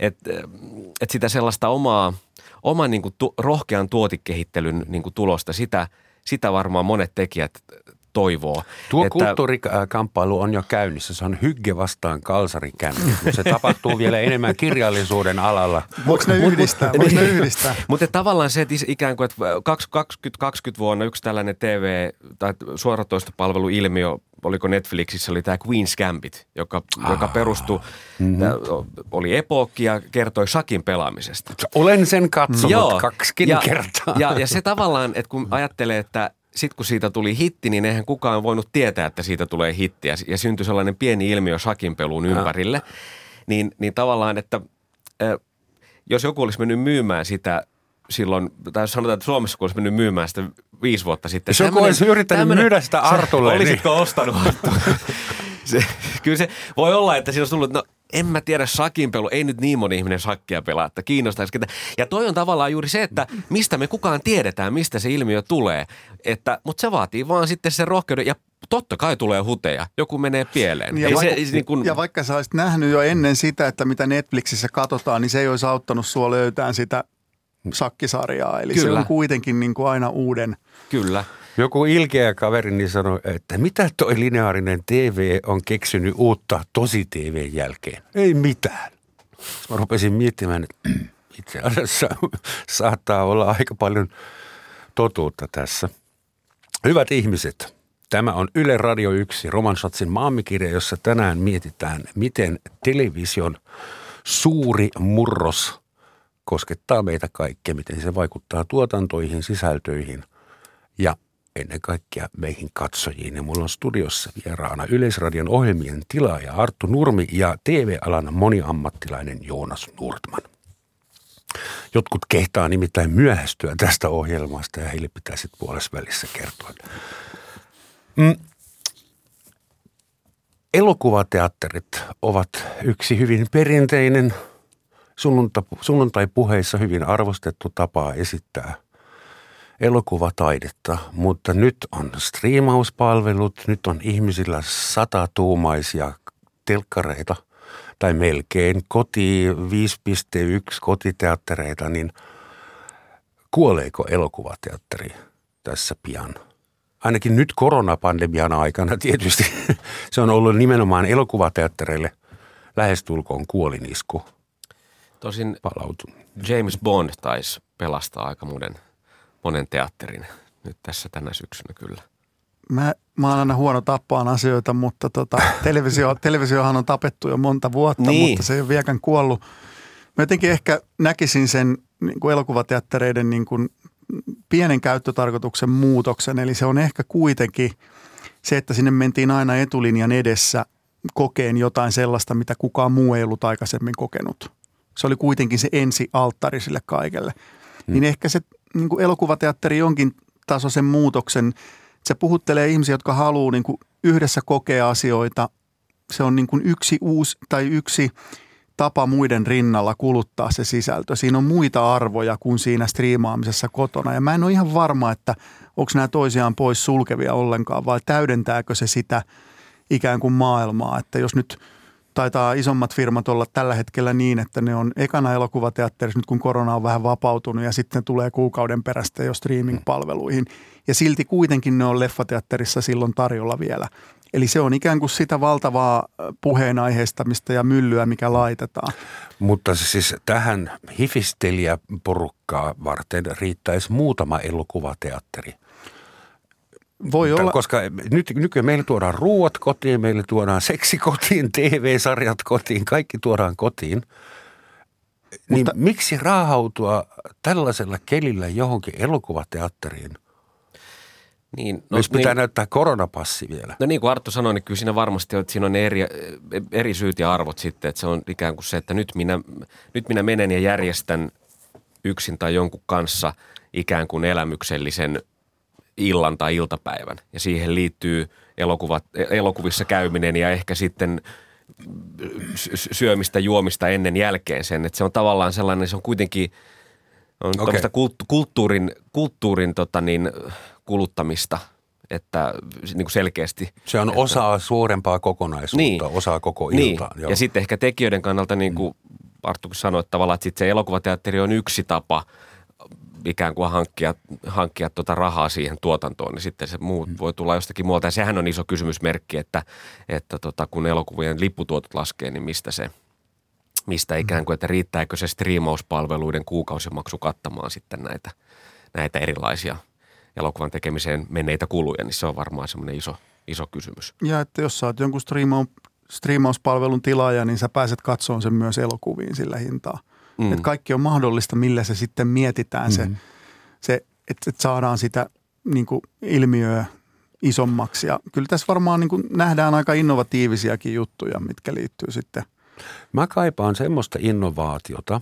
sitä sellaista oman niin kuin rohkean tuotikehittelyn niin kuin tulosta, sitä varmaan monet tekijät toivoo. Tuo kulttuurikamppailu on jo käynnissä. Se on hygge vastaan kalsarikänni. Se tapahtuu vielä enemmän kirjallisuuden alalla. Voiko ne yhdistää? Mutta tavallaan se, että ikään kuin, että 2020 vuonna yksi tällainen TV- tai suoratoistopalveluilmiö, oliko Netflixissä, oli tämä Queen's Gambit, joka perustui, oli epookki ja kertoi shakin pelaamisesta. Olen sen katsonut kaksikin kertaa. Ja se tavallaan, että kun ajattelee, että sitten kun siitä tuli hitti, niin eihän kukaan voinut tietää, että siitä tulee hitti. Ja syntyi sellainen pieni ilmiö shakinpeluun ympärille. Niin tavallaan, että jos joku olisi mennyt myymään sitä silloin, tai sanotaan, että Suomessa kun olisi mennyt myymään sitä 5 vuotta sitten. Jos joku olisi yrittänyt myydä sitä Artulle. Olisitko ostanut Artu? Kyllä se voi olla, että siinä olisi tullut, no en mä tiedä shakinpelu, ei nyt niin moni ihminen shakkia pelaa, että kiinnostaisi ketä. Ja toi on tavallaan juuri se, että mistä me kukaan tiedetään, mistä se ilmiö tulee. Mutta se vaatii vaan sitten sen rohkeuden ja totta kai tulee huteja, joku menee pieleen. Ja vaikka sä olisit nähnyt jo ennen sitä, että mitä Netflixissä katsotaan, niin se ei olisi auttanut sua löytämään sitä shakkisarjaa. Eli se on kuitenkin niin kuin aina uuden. Kyllä. Joku ilkeä kaveri niin sanoi, että mitä toi lineaarinen TV on keksinyt uutta tosi TVn jälkeen? Ei mitään. Mä rupesin miettimään, että itse asiassa saattaa olla aika paljon totuutta tässä. Hyvät ihmiset, tämä on Yle Radio 1 Roman Schatzin maamikirja, jossa tänään mietitään, miten television suuri murros koskettaa meitä kaikkea, miten se vaikuttaa tuotantoihin, sisältöihin ja ennen kaikkea meihin katsojiin. Ja mulla on studiossa vieraana Yleisradion ohjelmien tilaaja Arttu Nurmi ja TV-alan moniammattilainen Joonas Nordman. Jotkut kehtaa nimittäin myöhästyä tästä ohjelmasta ja heille pitäisi puolessa välissä kertoa. Elokuvateatterit ovat yksi hyvin perinteinen sunnuntaipuheissa hyvin arvostettu tapa esittää elokuvataidetta, mutta nyt on striimauspalvelut, nyt on ihmisillä 100-tuumaisia telkkareita tai melkein 5.1 kotiteattereita, niin kuoleeko elokuvateatteri tässä pian? Ainakin nyt koronapandemian aikana tietysti se on ollut nimenomaan elokuvateattereille lähestulkoon kuolinisku. Tosin James Bond taisi pelastaa aika monen teatterin nyt tässä tänä syksynä kyllä. Mä oon aina huono tappaan asioita, mutta televisiohan on tapettu jo monta vuotta, niin. Mutta se ei ole vieläkään kuollut. Mä jotenkin ehkä näkisin sen niin kuin elokuvateattereiden niin kuin pienen käyttötarkoituksen muutoksen. Eli se on ehkä kuitenkin se, että sinne mentiin aina etulinjan edessä kokeen jotain sellaista, mitä kukaan muu ei ollut aikaisemmin kokenut. Se oli kuitenkin se ensi-alttari sille kaikelle. Niin ehkä se niin kuin elokuvateatteri jonkin tasoisen muutoksen, se puhuttelee ihmisiä, jotka haluaa niin kuin yhdessä kokea asioita. Se on niin kuin yksi tapa muiden rinnalla kuluttaa se sisältö. Siinä on muita arvoja kuin siinä striimaamisessa kotona. Ja mä en ole ihan varma, että onko nämä toisiaan pois sulkevia ollenkaan vai täydentääkö se sitä ikään kuin maailmaa. Että jos nyt taitaa isommat firmat olla tällä hetkellä niin, että ne on ekana elokuvateatterissa nyt kun korona on vähän vapautunut ja sitten tulee kuukauden perästä jo streaming-palveluihin. Ja silti kuitenkin ne on leffateatterissa silloin tarjolla vielä. Eli se on ikään kuin sitä valtavaa puheenaiheistamista ja myllyä, mikä laitetaan. Mutta siis tähän hifistelijäporukkaa varten riittäisi muutama elokuvateatteri. Voi olla. Koska nykyään meille tuodaan ruuat kotiin, meille tuodaan seksi kotiin, TV-sarjat kotiin, kaikki tuodaan kotiin. Mutta niin miksi raahautua tällaisella kelillä johonkin elokuvateatteriin? Niin, jos pitää näyttää koronapassi vielä. No niin kuin Arttu sanoi, niin kyllä siinä varmasti on, että siinä on ne eri syyt ja arvot sitten. Että se on ikään kuin se, että nyt minä menen ja järjestän yksin tai jonkun kanssa ikään kuin elämyksellisen illan tai iltapäivän. Ja siihen liittyy elokuvissa käyminen ja ehkä sitten syömistä, juomista ennen jälkeen sen. Että se on tavallaan sellainen, se on kuitenkin kulttuurin kuluttamista, että niin kuin selkeästi. Se on osa suurempaa kokonaisuutta, niin, osa koko iltaa. Niin. Ja sitten ehkä tekijöiden kannalta, niin kuin Arttu sanoi, että tavallaan, että sitten se elokuvateatteri on yksi tapa ikään kuin hankkia rahaa siihen tuotantoon, niin sitten se muut voi tulla jostakin muualta. Ja sehän on iso kysymysmerkki, että kun elokuvien lipputuotot laskee, niin mistä ikään kuin, että riittääkö se striimauspalveluiden kuukausimaksu kattamaan sitten näitä erilaisia elokuvan tekemiseen menneitä kuluja, niin se on varmaan semmoinen iso kysymys. Ja että jos sä oot jonkun striimauspalvelun tilaaja, niin sä pääset katsomaan sen myös elokuviin sillä hintaa. Että kaikki on mahdollista, millä se sitten mietitään se että saadaan sitä niin kuin ilmiöä isommaksi. Ja kyllä tässä varmaan niin kuin nähdään aika innovatiivisiakin juttuja, mitkä liittyy sitten. Mä kaipaan semmoista innovaatiota,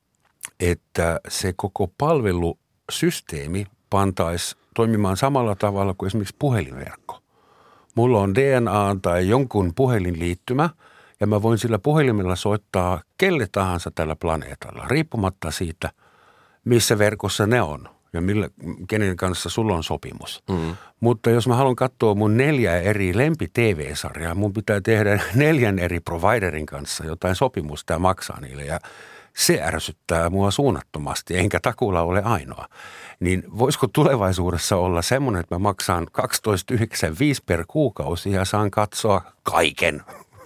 että se koko palvelusysteemi pantaisi toimimaan samalla tavalla kuin esimerkiksi puhelinverkko. Mulla on DNA tai jonkun puhelinliittymä ja mä voin sillä puhelimella soittaa kelle tahansa tällä planeetalla, riippumatta siitä, missä verkossa ne on ja kenen kanssa sulla on sopimus. Mutta jos mä haluan katsoa mun 4 eri lempi-TV-sarjaa, mun pitää tehdä 4 eri providerin kanssa jotain sopimusta ja maksaa niille ja se ärsyttää mua suunnattomasti, enkä takuulla ole ainoa. Niin voisiko tulevaisuudessa olla semmoinen, että mä maksan 12,95 per kuukausi ja saan katsoa kaiken,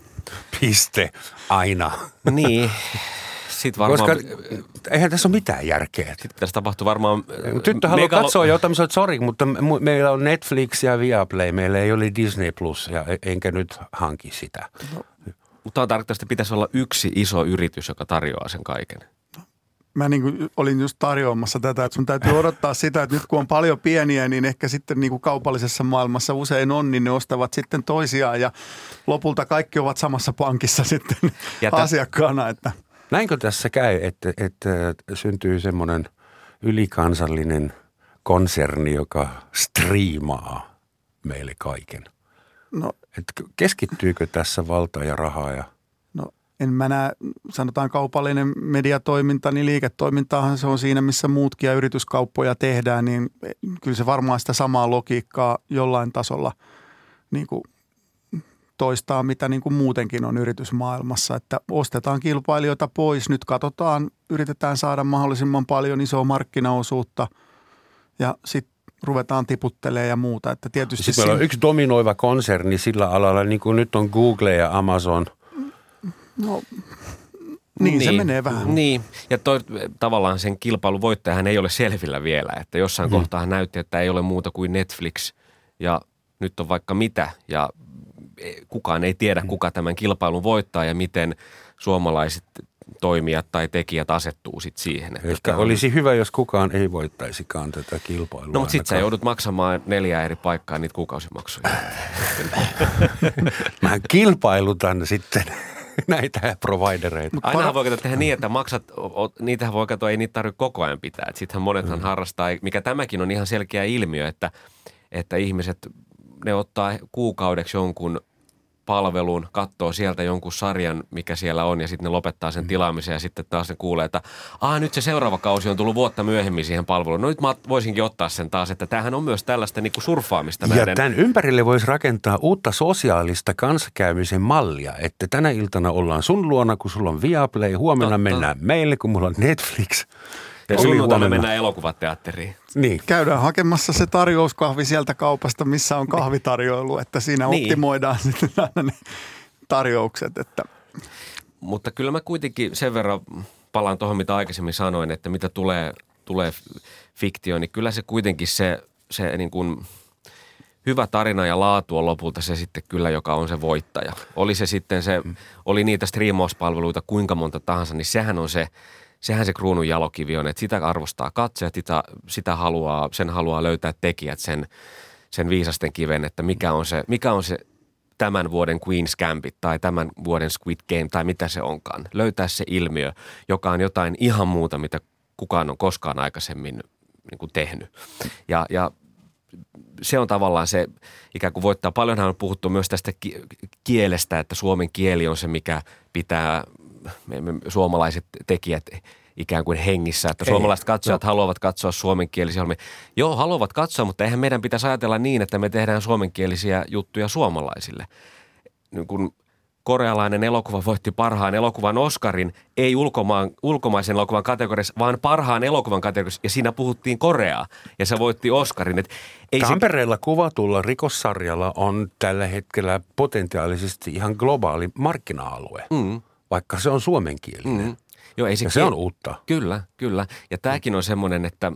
piste, aina. Niin, sit varmaan. Koska eihän tässä ole mitään järkeä. Sitten tässä tapahtuu varmaan. Tyttö haluaa katsoa jotain, mä sori, mutta meillä on Netflix ja Viaplay, meillä ei ole Disney Plus ja enkä nyt hanki sitä. Mutta on tarkoittaa, että pitäisi olla yksi iso yritys, joka tarjoaa sen kaiken. Mä niin kuin olin just tarjoamassa tätä, että sun täytyy odottaa sitä, että nyt kun on paljon pieniä, niin ehkä sitten niin kuin kaupallisessa maailmassa usein on, niin ne ostavat sitten toisiaan ja lopulta kaikki ovat samassa pankissa sitten asiakkaana. Että. Näinkö tässä käy, että syntyy semmoinen ylikansallinen konserni, joka striimaa meille kaiken? No, Keskittyykö tässä valta ja rahaa? No en mä näe, sanotaan kaupallinen mediatoiminta, niin liiketoimintaahan se on siinä, missä muutkin ja yrityskauppoja tehdään, niin kyllä se varmaan sitä samaa logiikkaa jollain tasolla niin kuin toistaa, mitä niin kuin muutenkin on yritysmaailmassa, että ostetaan kilpailijoita pois, nyt katsotaan, yritetään saada mahdollisimman paljon isoa markkinaosuutta ja sitten ruvetaan tiputtelemaan ja muuta. Että tietysti sitten meillä on yksi dominoiva konserni sillä alalla, niin kuin nyt on Google ja Amazon. No, niin se menee vähän. Niin, ja tavallaan sen kilpailun voittajahan ei ole selvillä vielä, että jossain kohtaa näytti, että ei ole muuta kuin Netflix ja nyt on vaikka mitä ja kukaan ei tiedä, kuka tämän kilpailun voittaa ja miten suomalaiset toimijat tai tekijät asettuu sitten siihen. Ehkä olisi hyvä, jos kukaan ei voittaisikaan tätä kilpailua. No, mutta sitten sä joudut maksamaan 4 eri paikkaa niitä kuukausimaksuja. Mä kilpailutan sitten näitä providereita. Ainahan voi tehdä niin, että niitähän voi katsoa, ei niitä tarvitse koko ajan pitää. Sittenhän monethan harrastaa, mikä tämäkin on ihan selkeä ilmiö, että ihmiset, ne ottaa kuukaudeksi jonkun palvelun, katsoo sieltä jonkun sarjan, mikä siellä on, ja sitten ne lopettaa sen tilaamisen, ja sitten taas ne kuulee, että nyt se seuraava kausi on tullut vuotta myöhemmin siihen palveluun. No nyt mä voisinkin ottaa sen taas, että tämähän on myös tällaista niin kuin surffaamista. Ja tämän ympärille voisi rakentaa uutta sosiaalista kanssakäymisen mallia, että tänä iltana ollaan sun luona, kun sulla on Viaplay, huomenna mennään meille, kun mulla on Netflix. Ja sunnuntaina mennään elokuvateatteriin. Niin. Käydään hakemassa se tarjouskahvi sieltä kaupasta, missä on kahvitarjoilu, että siinä optimoidaan sitten aina ne tarjoukset. Että. Mutta kyllä mä kuitenkin sen verran palaan tuohon, mitä aikaisemmin sanoin, että mitä tulee fiktioon, niin kyllä se kuitenkin se niin kuin hyvä tarina ja laatu on lopulta se sitten kyllä, joka on se voittaja. Oli se sitten oli niitä striimauspalveluita kuinka monta tahansa, niin sehän se kruunun jalokivi on, että sitä arvostaa katsojat, sen haluaa löytää tekijät sen viisasten kiven, että mikä on se tämän vuoden Queen's Gambit tai tämän vuoden Squid Game tai mitä se onkaan. Löytää se ilmiö, joka on jotain ihan muuta, mitä kukaan on koskaan aikaisemmin niin kuin tehnyt. Ja se on tavallaan se ikään kuin voittaa. Paljonhan on puhuttu myös tästä kielestä, että suomen kieli on se, mikä pitää suomalaiset tekijät ikään kuin hengissä, että suomalaiset katsojat haluavat katsoa suomenkielisiä ohjelmia. Joo, haluavat katsoa, mutta eihän meidän pitäisi ajatella niin, että me tehdään suomenkielisiä juttuja suomalaisille. Niin kun korealainen elokuva voitti parhaan elokuvan Oscarin, ei ulkomaisen elokuvan kategoriassa, vaan parhaan elokuvan kategoriassa, ja siinä puhuttiin Koreaa, ja se voitti Oscarin. Tampereella kuvatulla rikossarjalla on tällä hetkellä potentiaalisesti ihan globaali markkina-alue. Vaikka se on suomenkielinen. Joo, ja se on uutta. Kyllä. Ja tämäkin on semmoinen, että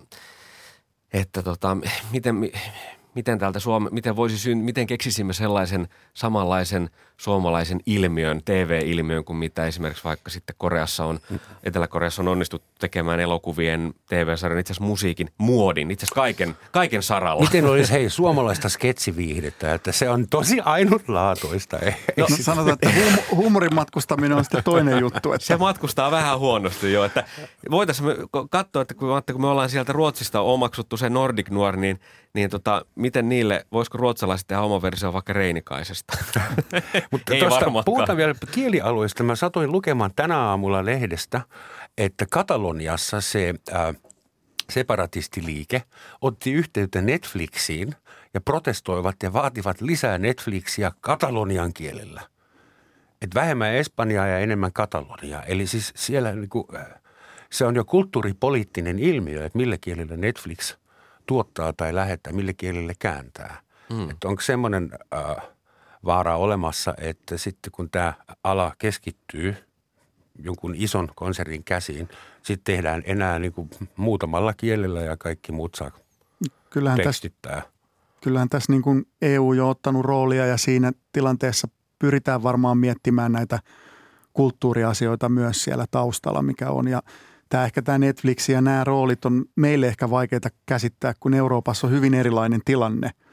miten keksisimme sellaisen samanlaisen suomalaisen ilmiön, TV-ilmiön kuin mitä esimerkiksi vaikka sitten Etelä-Koreassa on onnistuttu tekemään elokuvien, TV-sarjan, itse asiassa musiikin, muodin, itse asiassa kaiken saralla. Miten olisi suomalaista sketsiviihdettä, että se on tosi ainutlaatuista. No, sanotaan, että huumorin matkustaminen on sitten toinen juttu. Että. Se matkustaa vähän huonosti jo, että voitaisiin katsoa, että kun me ollaan sieltä Ruotsista omaksuttu se Nordic Noir, niin miten niille, voisiko ruotsalaiset tehdä oma versio vaikka Reinikaisesta? Mutta puhutaan vielä kielialueista. Mä satuin lukemaan tänä aamulla lehdestä, että Kataloniassa se separatistiliike otti yhteyttä Netflixiin ja protestoivat ja vaativat lisää Netflixiä katalonian kielellä. Että vähemmän Espanjaa ja enemmän Kataloniaa. Eli siis siellä se on jo kulttuuripoliittinen ilmiö, että millä kielellä Netflix tuottaa tai lähettää, millä kielelle kääntää. Että onko semmoinen vaara olemassa, että sitten kun tämä ala keskittyy jonkun ison konsernin käsiin, sitten tehdään enää niin kuin muutamalla kielellä ja kaikki muut saa tekstittää. Kyllähän tässä niin kuin EU jo ottanut roolia ja siinä tilanteessa pyritään varmaan miettimään näitä kulttuuriasioita myös siellä taustalla, mikä on. Ja tämä Netflix ja nämä roolit on meille ehkä vaikeita käsittää, kun Euroopassa on hyvin erilainen tilanne.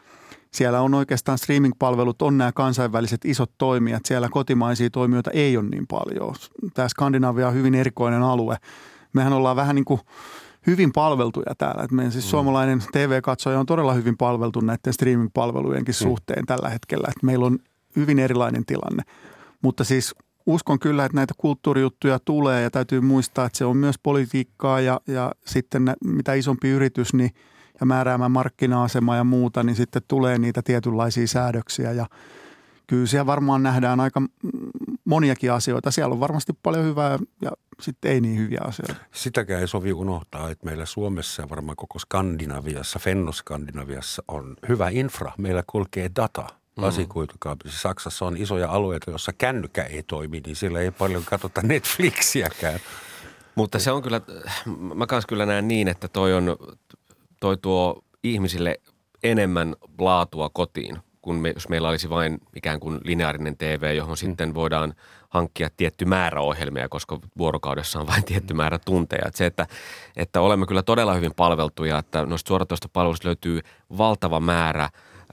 Siellä on oikeastaan streaming-palvelut, on nämä kansainväliset isot toimijat. Siellä kotimaisia toimijoita ei ole niin paljon. Tämä Skandinavia on hyvin erikoinen alue. Mehän ollaan vähän niin kuin hyvin palveltuja täällä. Et meidän siis suomalainen TV-katsoja on todella hyvin palveltu näiden streaming-palvelujenkin suhteen tällä hetkellä. Et meillä on hyvin erilainen tilanne. Mutta siis uskon kyllä, että näitä kulttuurijuttuja tulee ja täytyy muistaa, että se on myös politiikkaa ja sitten mitä isompi yritys niin, ja määräämään markkina-asema ja muuta, niin sitten tulee niitä tietynlaisia säädöksiä ja kyllä siellä varmaan nähdään aika moniakin asioita. Siellä on varmasti paljon hyvää ja sitten ei niin hyviä asioita. Sitäkään ei sovi unohtaa, että meillä Suomessa ja varmaan koko Skandinaviassa, Fennoskandinaviassa on hyvä infra. Meillä kulkee data. Lasikuitukaapissa. Saksassa on isoja alueita, joissa kännykkä ei toimi, niin siellä ei paljon katsota Netflixiäkään. Mutta se on kyllä, mä kans kyllä näen niin, että toi tuo ihmisille enemmän laatua kotiin, kun jos meillä olisi vain ikään kuin lineaarinen TV, johon sitten voidaan hankkia tietty määrä ohjelmia, koska vuorokaudessa on vain tietty määrä tunteja. Että se, että olemme kyllä todella hyvin palveltuja, että noista suoratoistopalveluista löytyy valtava määrä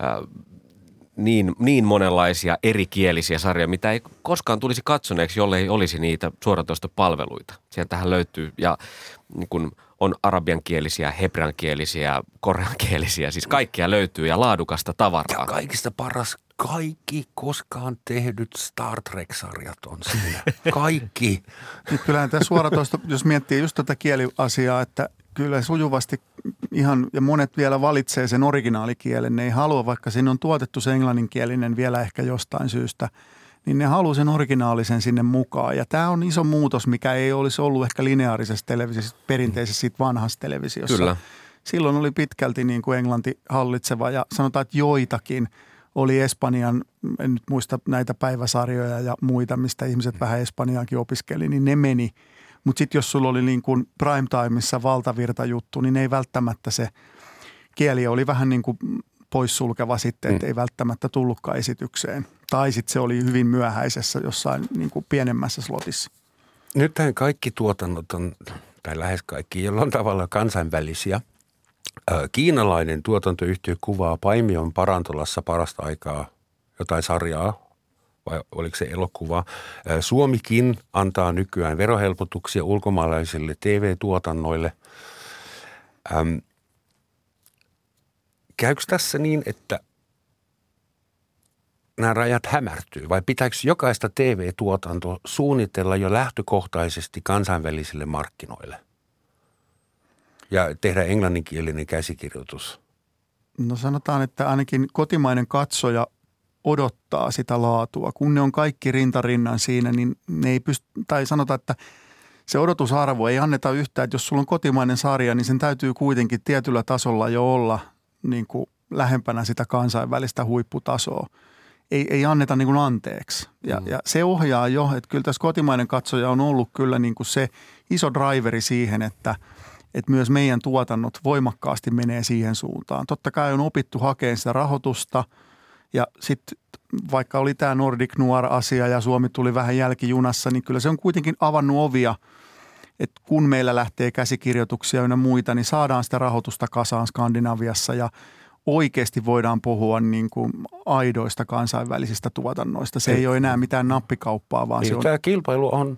niin monenlaisia erikielisiä sarjoja, mitä ei koskaan tulisi katsoneeksi, jollei olisi niitä suoratoistopalveluita. Sieltähän löytyy ja niin kun on arabiankielisiä, hebreankielisiä, koreankielisiä, siis kaikkia löytyy ja laadukasta tavaraa. Ja kaikista paras, kaikki koskaan tehdyt Star Trek-sarjat on siinä. Kaikki. Kyllähän tämä suoratoisto, jos miettii just tätä kieliasiaa, että kyllä sujuvasti ihan, ja monet vielä valitsee sen originaalikielen. Ne ei halua, vaikka siinä on tuotettu se englanninkielinen vielä ehkä jostain syystä, niin ne haluaa sen originaalisen sinne mukaan. Ja tämä on iso muutos, mikä ei olisi ollut ehkä lineaarisessa televisiossa, perinteisessä siitä vanhassa televisiossa. Kyllä. Silloin oli pitkälti niin kuin englanti hallitseva ja sanotaan, että joitakin oli Espanjan, en nyt muista näitä päiväsarjoja ja muita, mistä ihmiset vähän Espanjaakin opiskeli, niin ne meni. Mutta sitten jos sulla oli niin kuin primetimeissa valtavirtajuttu, niin ei välttämättä se kieli oli vähän niin kuin poissulkeva sitten, että ei välttämättä tullutkaan esitykseen. Tai sitten se oli hyvin myöhäisessä jossain niin kuin pienemmässä slotissa. Nythän kaikki tuotannot on, tai lähes kaikki, jollain tavalla kansainvälisiä. Kiinalainen tuotantoyhtiö kuvaa Paimion Parantolassa parasta aikaa jotain sarjaa, vai oliko se elokuva. Suomikin antaa nykyään verohelpotuksia ulkomaalaisille TV-tuotannoille. Käykö tässä niin, että nämä rajat hämärtyy vai pitääkö jokaista TV-tuotantoa suunnitella jo lähtökohtaisesti kansainvälisille markkinoille ja tehdä englanninkielinen käsikirjoitus? No sanotaan, että ainakin kotimainen katsoja odottaa sitä laatua. Kun ne on kaikki rintarinnan siinä, niin ne ei pysty, tai sanotaan, että se odotusarvo ei anneta yhtään, että jos sulla on kotimainen sarja, niin sen täytyy kuitenkin tietyllä tasolla jo olla niin kuin lähempänä sitä kansainvälistä huipputasoa. Ei anneta niin kuin anteeksi. Ja se ohjaa jo, että kyllä tässä kotimainen katsoja on ollut kyllä niin kuin se iso driveri siihen, että myös meidän tuotannot voimakkaasti menee siihen suuntaan. Totta kai on opittu hakemaan sitä rahoitusta ja sitten vaikka oli tämä Nordic Noir-asia ja Suomi tuli vähän jälkijunassa, niin kyllä se on kuitenkin avannut ovia, että kun meillä lähtee käsikirjoituksia ja muita, niin saadaan sitä rahoitusta kasaan Skandinaviassa ja oikeasti voidaan puhua niin kuin aidoista kansainvälisistä tuotannoista. Se ei ole enää mitään nappikauppaa, vaan se on... Tämä kilpailu on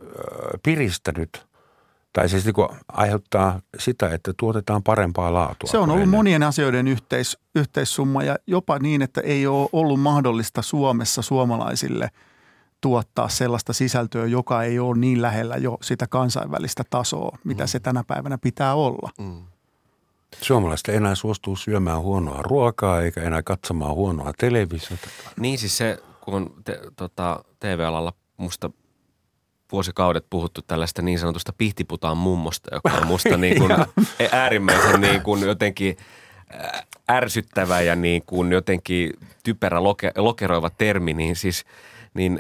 piristänyt, tai siis niin kuin aiheuttaa sitä, että tuotetaan parempaa laatua. Se on ollut monien asioiden yhteissumma ja jopa niin, että ei ole ollut mahdollista Suomessa suomalaisille tuottaa sellaista sisältöä, joka ei ole niin lähellä jo sitä kansainvälistä tasoa, mitä se tänä päivänä pitää olla. Suomalaiset ei enää suostuu syömään huonoa ruokaa eikä enää katsomaan huonoa televisiota. Niin siis se, kun on TV-alalla musta vuosikaudet puhuttu tällaista niin sanotusta pihtiputaan mummosta, joka on musta niin kuin äärimmäisen niin kuin jotenkin ärsyttävä ja niin kuin jotenkin typerä lokeroiva termi, niin siis niin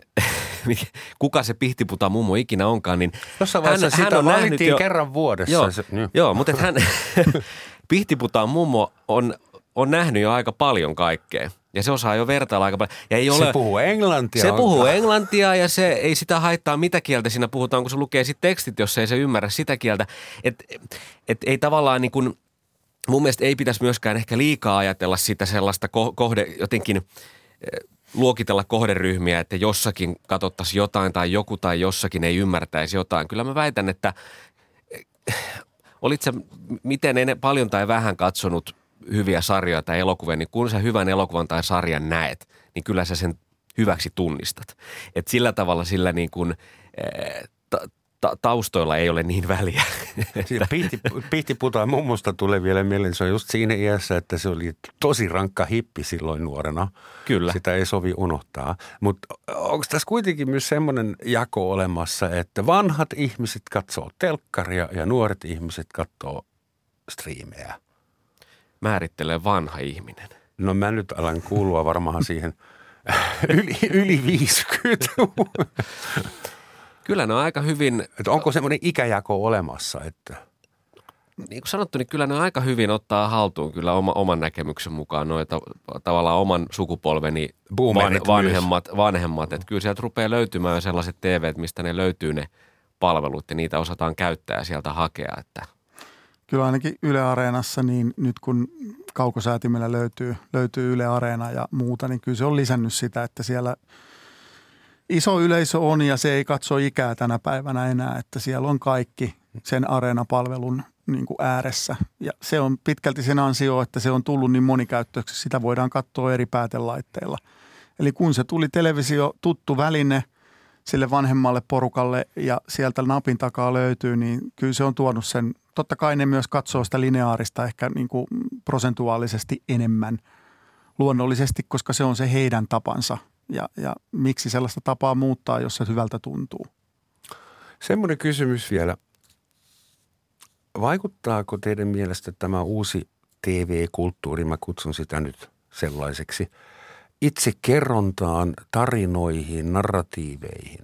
kuka se pihtiputaan mummo ikinä onkaan, niin jossain vaiheessa sitä valittiin kerran vuodessa. Joo, mutta hän pihtiputaan mummo on nähnyt jo aika paljon kaikkea. Ja se osaa jo vertailla aika paljon. Ja ei ole, se puhuu englantia. Se puhuu englantia ja se ei sitä haittaa mitä kieltä siinä puhutaan, kun se lukee sitten tekstit, jos ei se ymmärrä sitä kieltä. Et ei tavallaan niin kuin, mun mielestä ei pitäisi myöskään ehkä liikaa ajatella sitä sellaista jotenkin luokitella kohderyhmiä, että jossakin katsottaisiin jotain tai joku tai jossakin ei ymmärtäisi jotain. Kyllä mä väitän, että olit sä miten paljon tai vähän katsonut hyviä sarjoja tai elokuvia, niin kun sä hyvän elokuvan tai sarjan näet, niin kyllä sä sen hyväksi tunnistat. Et sillä tavalla sillä niin kuin taustoilla ei ole niin väliä. Pihtiputaan mummosta tulee vielä mieleen. Se on just siinä iässä, että se oli tosi rankka hippi silloin nuorena. Kyllä. Sitä ei sovi unohtaa. Mutta onko tässä kuitenkin myös semmoinen jako olemassa, että vanhat ihmiset katsoo telkkaria ja nuoret ihmiset katsoo striimejä? Määrittelee vanha ihminen. No mä nyt alan kuulua varmaan siihen yli 50. Kyllä ne on aika hyvin. Että onko semmoinen ikäjako olemassa, että niin kuin sanottu, niin kyllä ne aika hyvin ottaa haltuun kyllä oman näkemyksen mukaan noita tavallaan oman sukupolveni vanhemmat. Että kyllä sieltä rupeaa löytymään sellaiset TVt, mistä ne löytyy ne palvelut ja niitä osataan käyttää ja sieltä hakea. Että. Kyllä ainakin Yle Areenassa, niin nyt kun kaukosäätimellä löytyy Yle Areena ja muuta, niin kyllä se on lisännyt sitä, että siellä iso yleisö on ja se ei katso ikää tänä päivänä enää, että siellä on kaikki sen Areena-palvelun niin kuin ääressä. Ja se on pitkälti sen ansio, että se on tullut niin monikäyttöiseksi. Sitä voidaan katsoa eri päätelaitteilla. Eli kun se tuli televisio tuttu väline sille vanhemmalle porukalle ja sieltä napin takaa löytyy, niin kyllä se on tuonut sen. Totta kai ne myös katsoo sitä lineaarista ehkä niin kuin prosentuaalisesti enemmän luonnollisesti, koska se on se heidän tapansa. Ja miksi sellaista tapaa muuttaa, jos se hyvältä tuntuu? Semmoinen kysymys vielä. Vaikuttaako teidän mielestä tämä uusi TV-kulttuuri, mä kutsun sitä nyt sellaiseksi, itse kerrontaan, tarinoihin, narratiiveihin?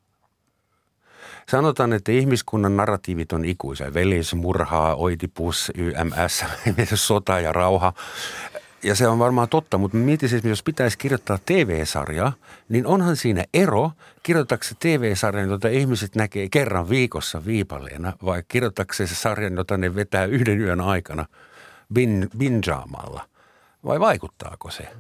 Sanotaan, että ihmiskunnan narratiivit on ikuisia. Velismurhaa, Oidipus, YMS, sota ja rauha. Ja se on varmaan totta, mutta mietin, että jos pitäisi kirjoittaa TV-sarjaa, niin onhan siinä ero, kirjoittaako se TV-sarjan, jota ihmiset näkee kerran viikossa viipaleena, vai kirjoittaako se sarjan, jota ne vetää yhden yön aikana binjaamalla, vai vaikuttaako se?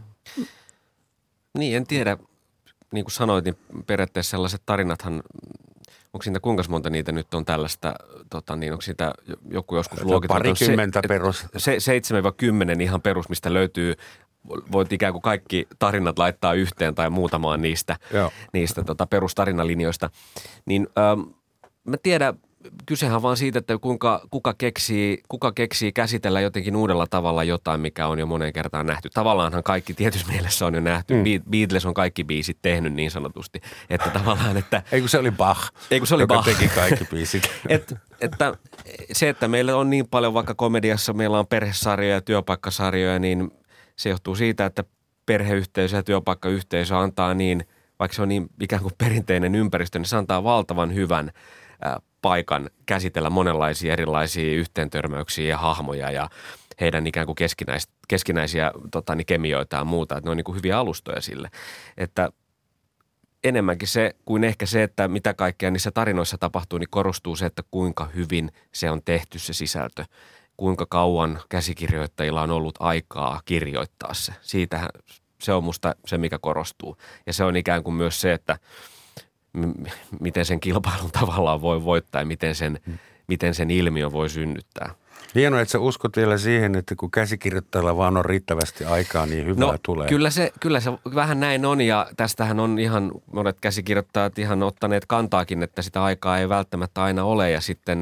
Niin, en tiedä. Niin kuin sanoit, niin periaatteessa sellaiset tarinathan, onko siitä kuinka monta niitä nyt on tällaista, niin onko siitä joku joskus luokiteltu? Parikymmentä perus. 7-10 ihan perus, mistä löytyy, voit ikään kuin kaikki tarinat laittaa yhteen tai muutamaan niistä perustarinalinjoista. Niin mä tiedän, kysehän vaan siitä, että kuka keksii käsitellä jotenkin uudella tavalla jotain, mikä on jo moneen kertaan nähty. Tavallaanhan kaikki tietyssä mielessä on jo nähty. Beatles on kaikki biisit tehnyt niin sanotusti. Että tavallaan, että Ei kun se oli Bach, joka teki kaikki biisit. Että se, että meillä on niin paljon vaikka komediassa, meillä on perhesarjoja ja työpaikkasarjoja, niin se johtuu siitä, että perheyhteisö ja työpaikkayhteisö antaa niin, vaikka se on niin ikään kuin perinteinen ympäristö, niin se antaa valtavan hyvän paikan käsitellä monenlaisia erilaisia yhteentörmäyksiä ja hahmoja ja heidän ikään kuin keskinäisiä kemioita ja muuta. Että ne on niin kuin hyviä alustoja sille. Että enemmänkin se kuin ehkä se, että mitä kaikkea niissä tarinoissa tapahtuu, niin korostuu se, että kuinka hyvin se on tehty se sisältö. Kuinka kauan käsikirjoittajilla on ollut aikaa kirjoittaa se. Siitähän se on musta se, mikä korostuu. Ja se on ikään kuin myös se, että miten sen kilpailun tavallaan voi voittaa ja miten sen ilmiö voi synnyttää. Hienoa, että sä uskot vielä siihen, että kun käsikirjoittajalla vaan on riittävästi aikaa, niin hyvää tulee. Kyllä se vähän näin on ja tästähän on ihan monet käsikirjoittajat ihan ottaneet kantaakin, että sitä aikaa ei välttämättä aina ole ja sitten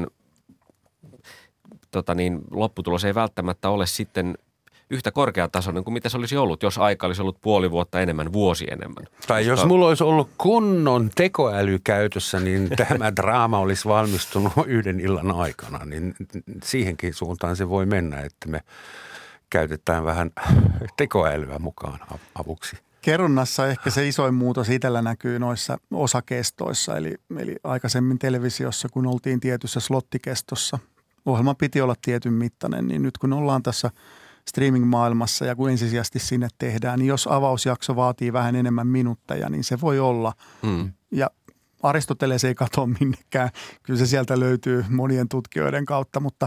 lopputulos ei välttämättä ole sitten yhtä korkeatasoinen kuin mitä se olisi ollut, jos aika olisi ollut puoli vuotta enemmän, vuosi enemmän. Tai jos mulla olisi ollut kunnon tekoäly käytössä, niin tämä draama olisi valmistunut yhden illan aikana. Niin siihenkin suuntaan se voi mennä, että me käytetään vähän tekoälyä mukaan avuksi. Kerronnassa ehkä se isoin muutos itsellä näkyy noissa osakestoissa, eli aikaisemmin televisiossa, kun oltiin tietyssä slottikestossa. Ohjelma piti olla tietyn mittainen, niin nyt kun ollaan tässä streaming-maailmassa ja kun ensisijaisesti sinne tehdään, niin jos avausjakso vaatii vähän enemmän minuutteja, niin se voi olla. Ja Aristoteles ei katoa minnekään. Kyllä se sieltä löytyy monien tutkijoiden kautta, mutta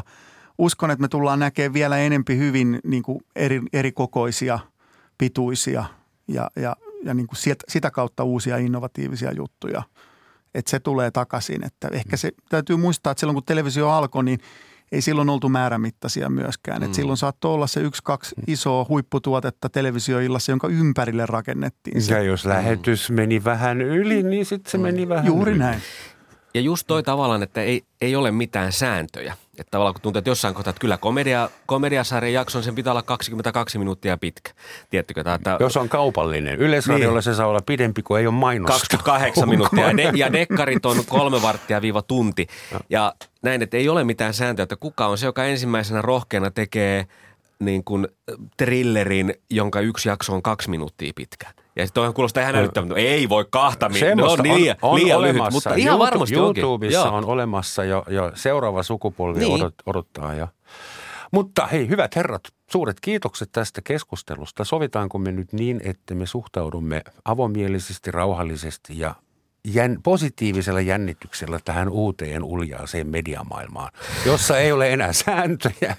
uskon, että me tullaan näkemään vielä enempi hyvin niin kuin eri kokoisia, pituisia ja niin kuin sitä kautta uusia innovatiivisia juttuja. Että se tulee takaisin. Että ehkä se täytyy muistaa, että silloin kun televisio alkoi, niin ei silloin oltu määrämittaisia myöskään. Että silloin saattoi olla se 1-2 isoa huipputuotetta televisioillassa, jonka ympärille rakennettiin se. Ja jos lähetys meni vähän yli, niin sitten se meni vähän Juuri yli. näin. Ja just toi tavallaan, että ei ole mitään sääntöjä. Että tavallaan kun tuntuu, että jossain kohtaa, että kyllä komediasarjan jakson sen pitää olla 22 minuuttia pitkä. Tiedättekö? Jos on kaupallinen. Yleisradiolla niin. Se saa olla pidempi, kun ei ole mainosta. 28 minuuttia ja dekkarit on 3 varttia - tunti. Ja näin, että ei ole mitään sääntöä, että kuka on se, joka ensimmäisenä rohkeana tekee niin kuin thrillerin, jonka yksi jakso on 2 minuuttia pitkä. Ja sitten toihan kuulostaa ihan älyttömältä, ei voi 2 minuuttia, ne on liian lyhyt, mutta ihan varmasti onkin. YouTubessa on olemassa jo seuraava sukupolvi niin. odottaa. Mutta hei, hyvät herrat, suuret kiitokset tästä keskustelusta. Sovitaanko me nyt niin, että me suhtaudumme avomielisesti, rauhallisesti ja positiivisella jännityksellä tähän uuteen uljaaseen mediamaailmaan, jossa ei ole enää sääntöjä.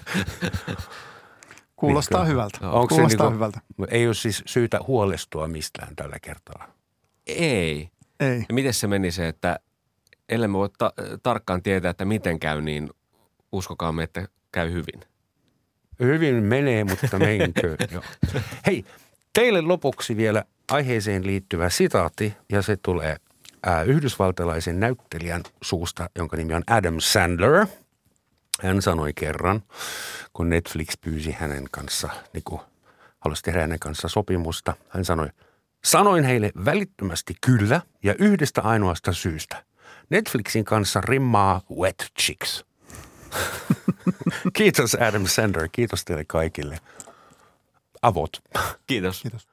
Kuulostaa hyvältä. Kuulostaa hyvältä. Ei ole siis syytä huolestua mistään tällä kertaa. Ei. Ja miten se meni se, että ellei me voi tarkkaan tietää, että miten käy, niin uskokaamme, että käy hyvin. Hyvin menee, mutta menkö. Hei, teille lopuksi vielä aiheeseen liittyvä sitaatti, ja se tulee yhdysvaltalaisen näyttelijän suusta, jonka nimi on Adam Sandler. Hän sanoi kerran, kun Netflix pyysi hänen kanssa, niin kuin halusi tehdä hänen kanssa sopimusta, hän sanoi, sanoin heille välittömästi kyllä ja yhdestä ainoasta syystä. Netflixin kanssa rimmaa Wet Chicks. Kiitos Adam Sandler, kiitos teille kaikille. Avot. Kiitos. Kiitos.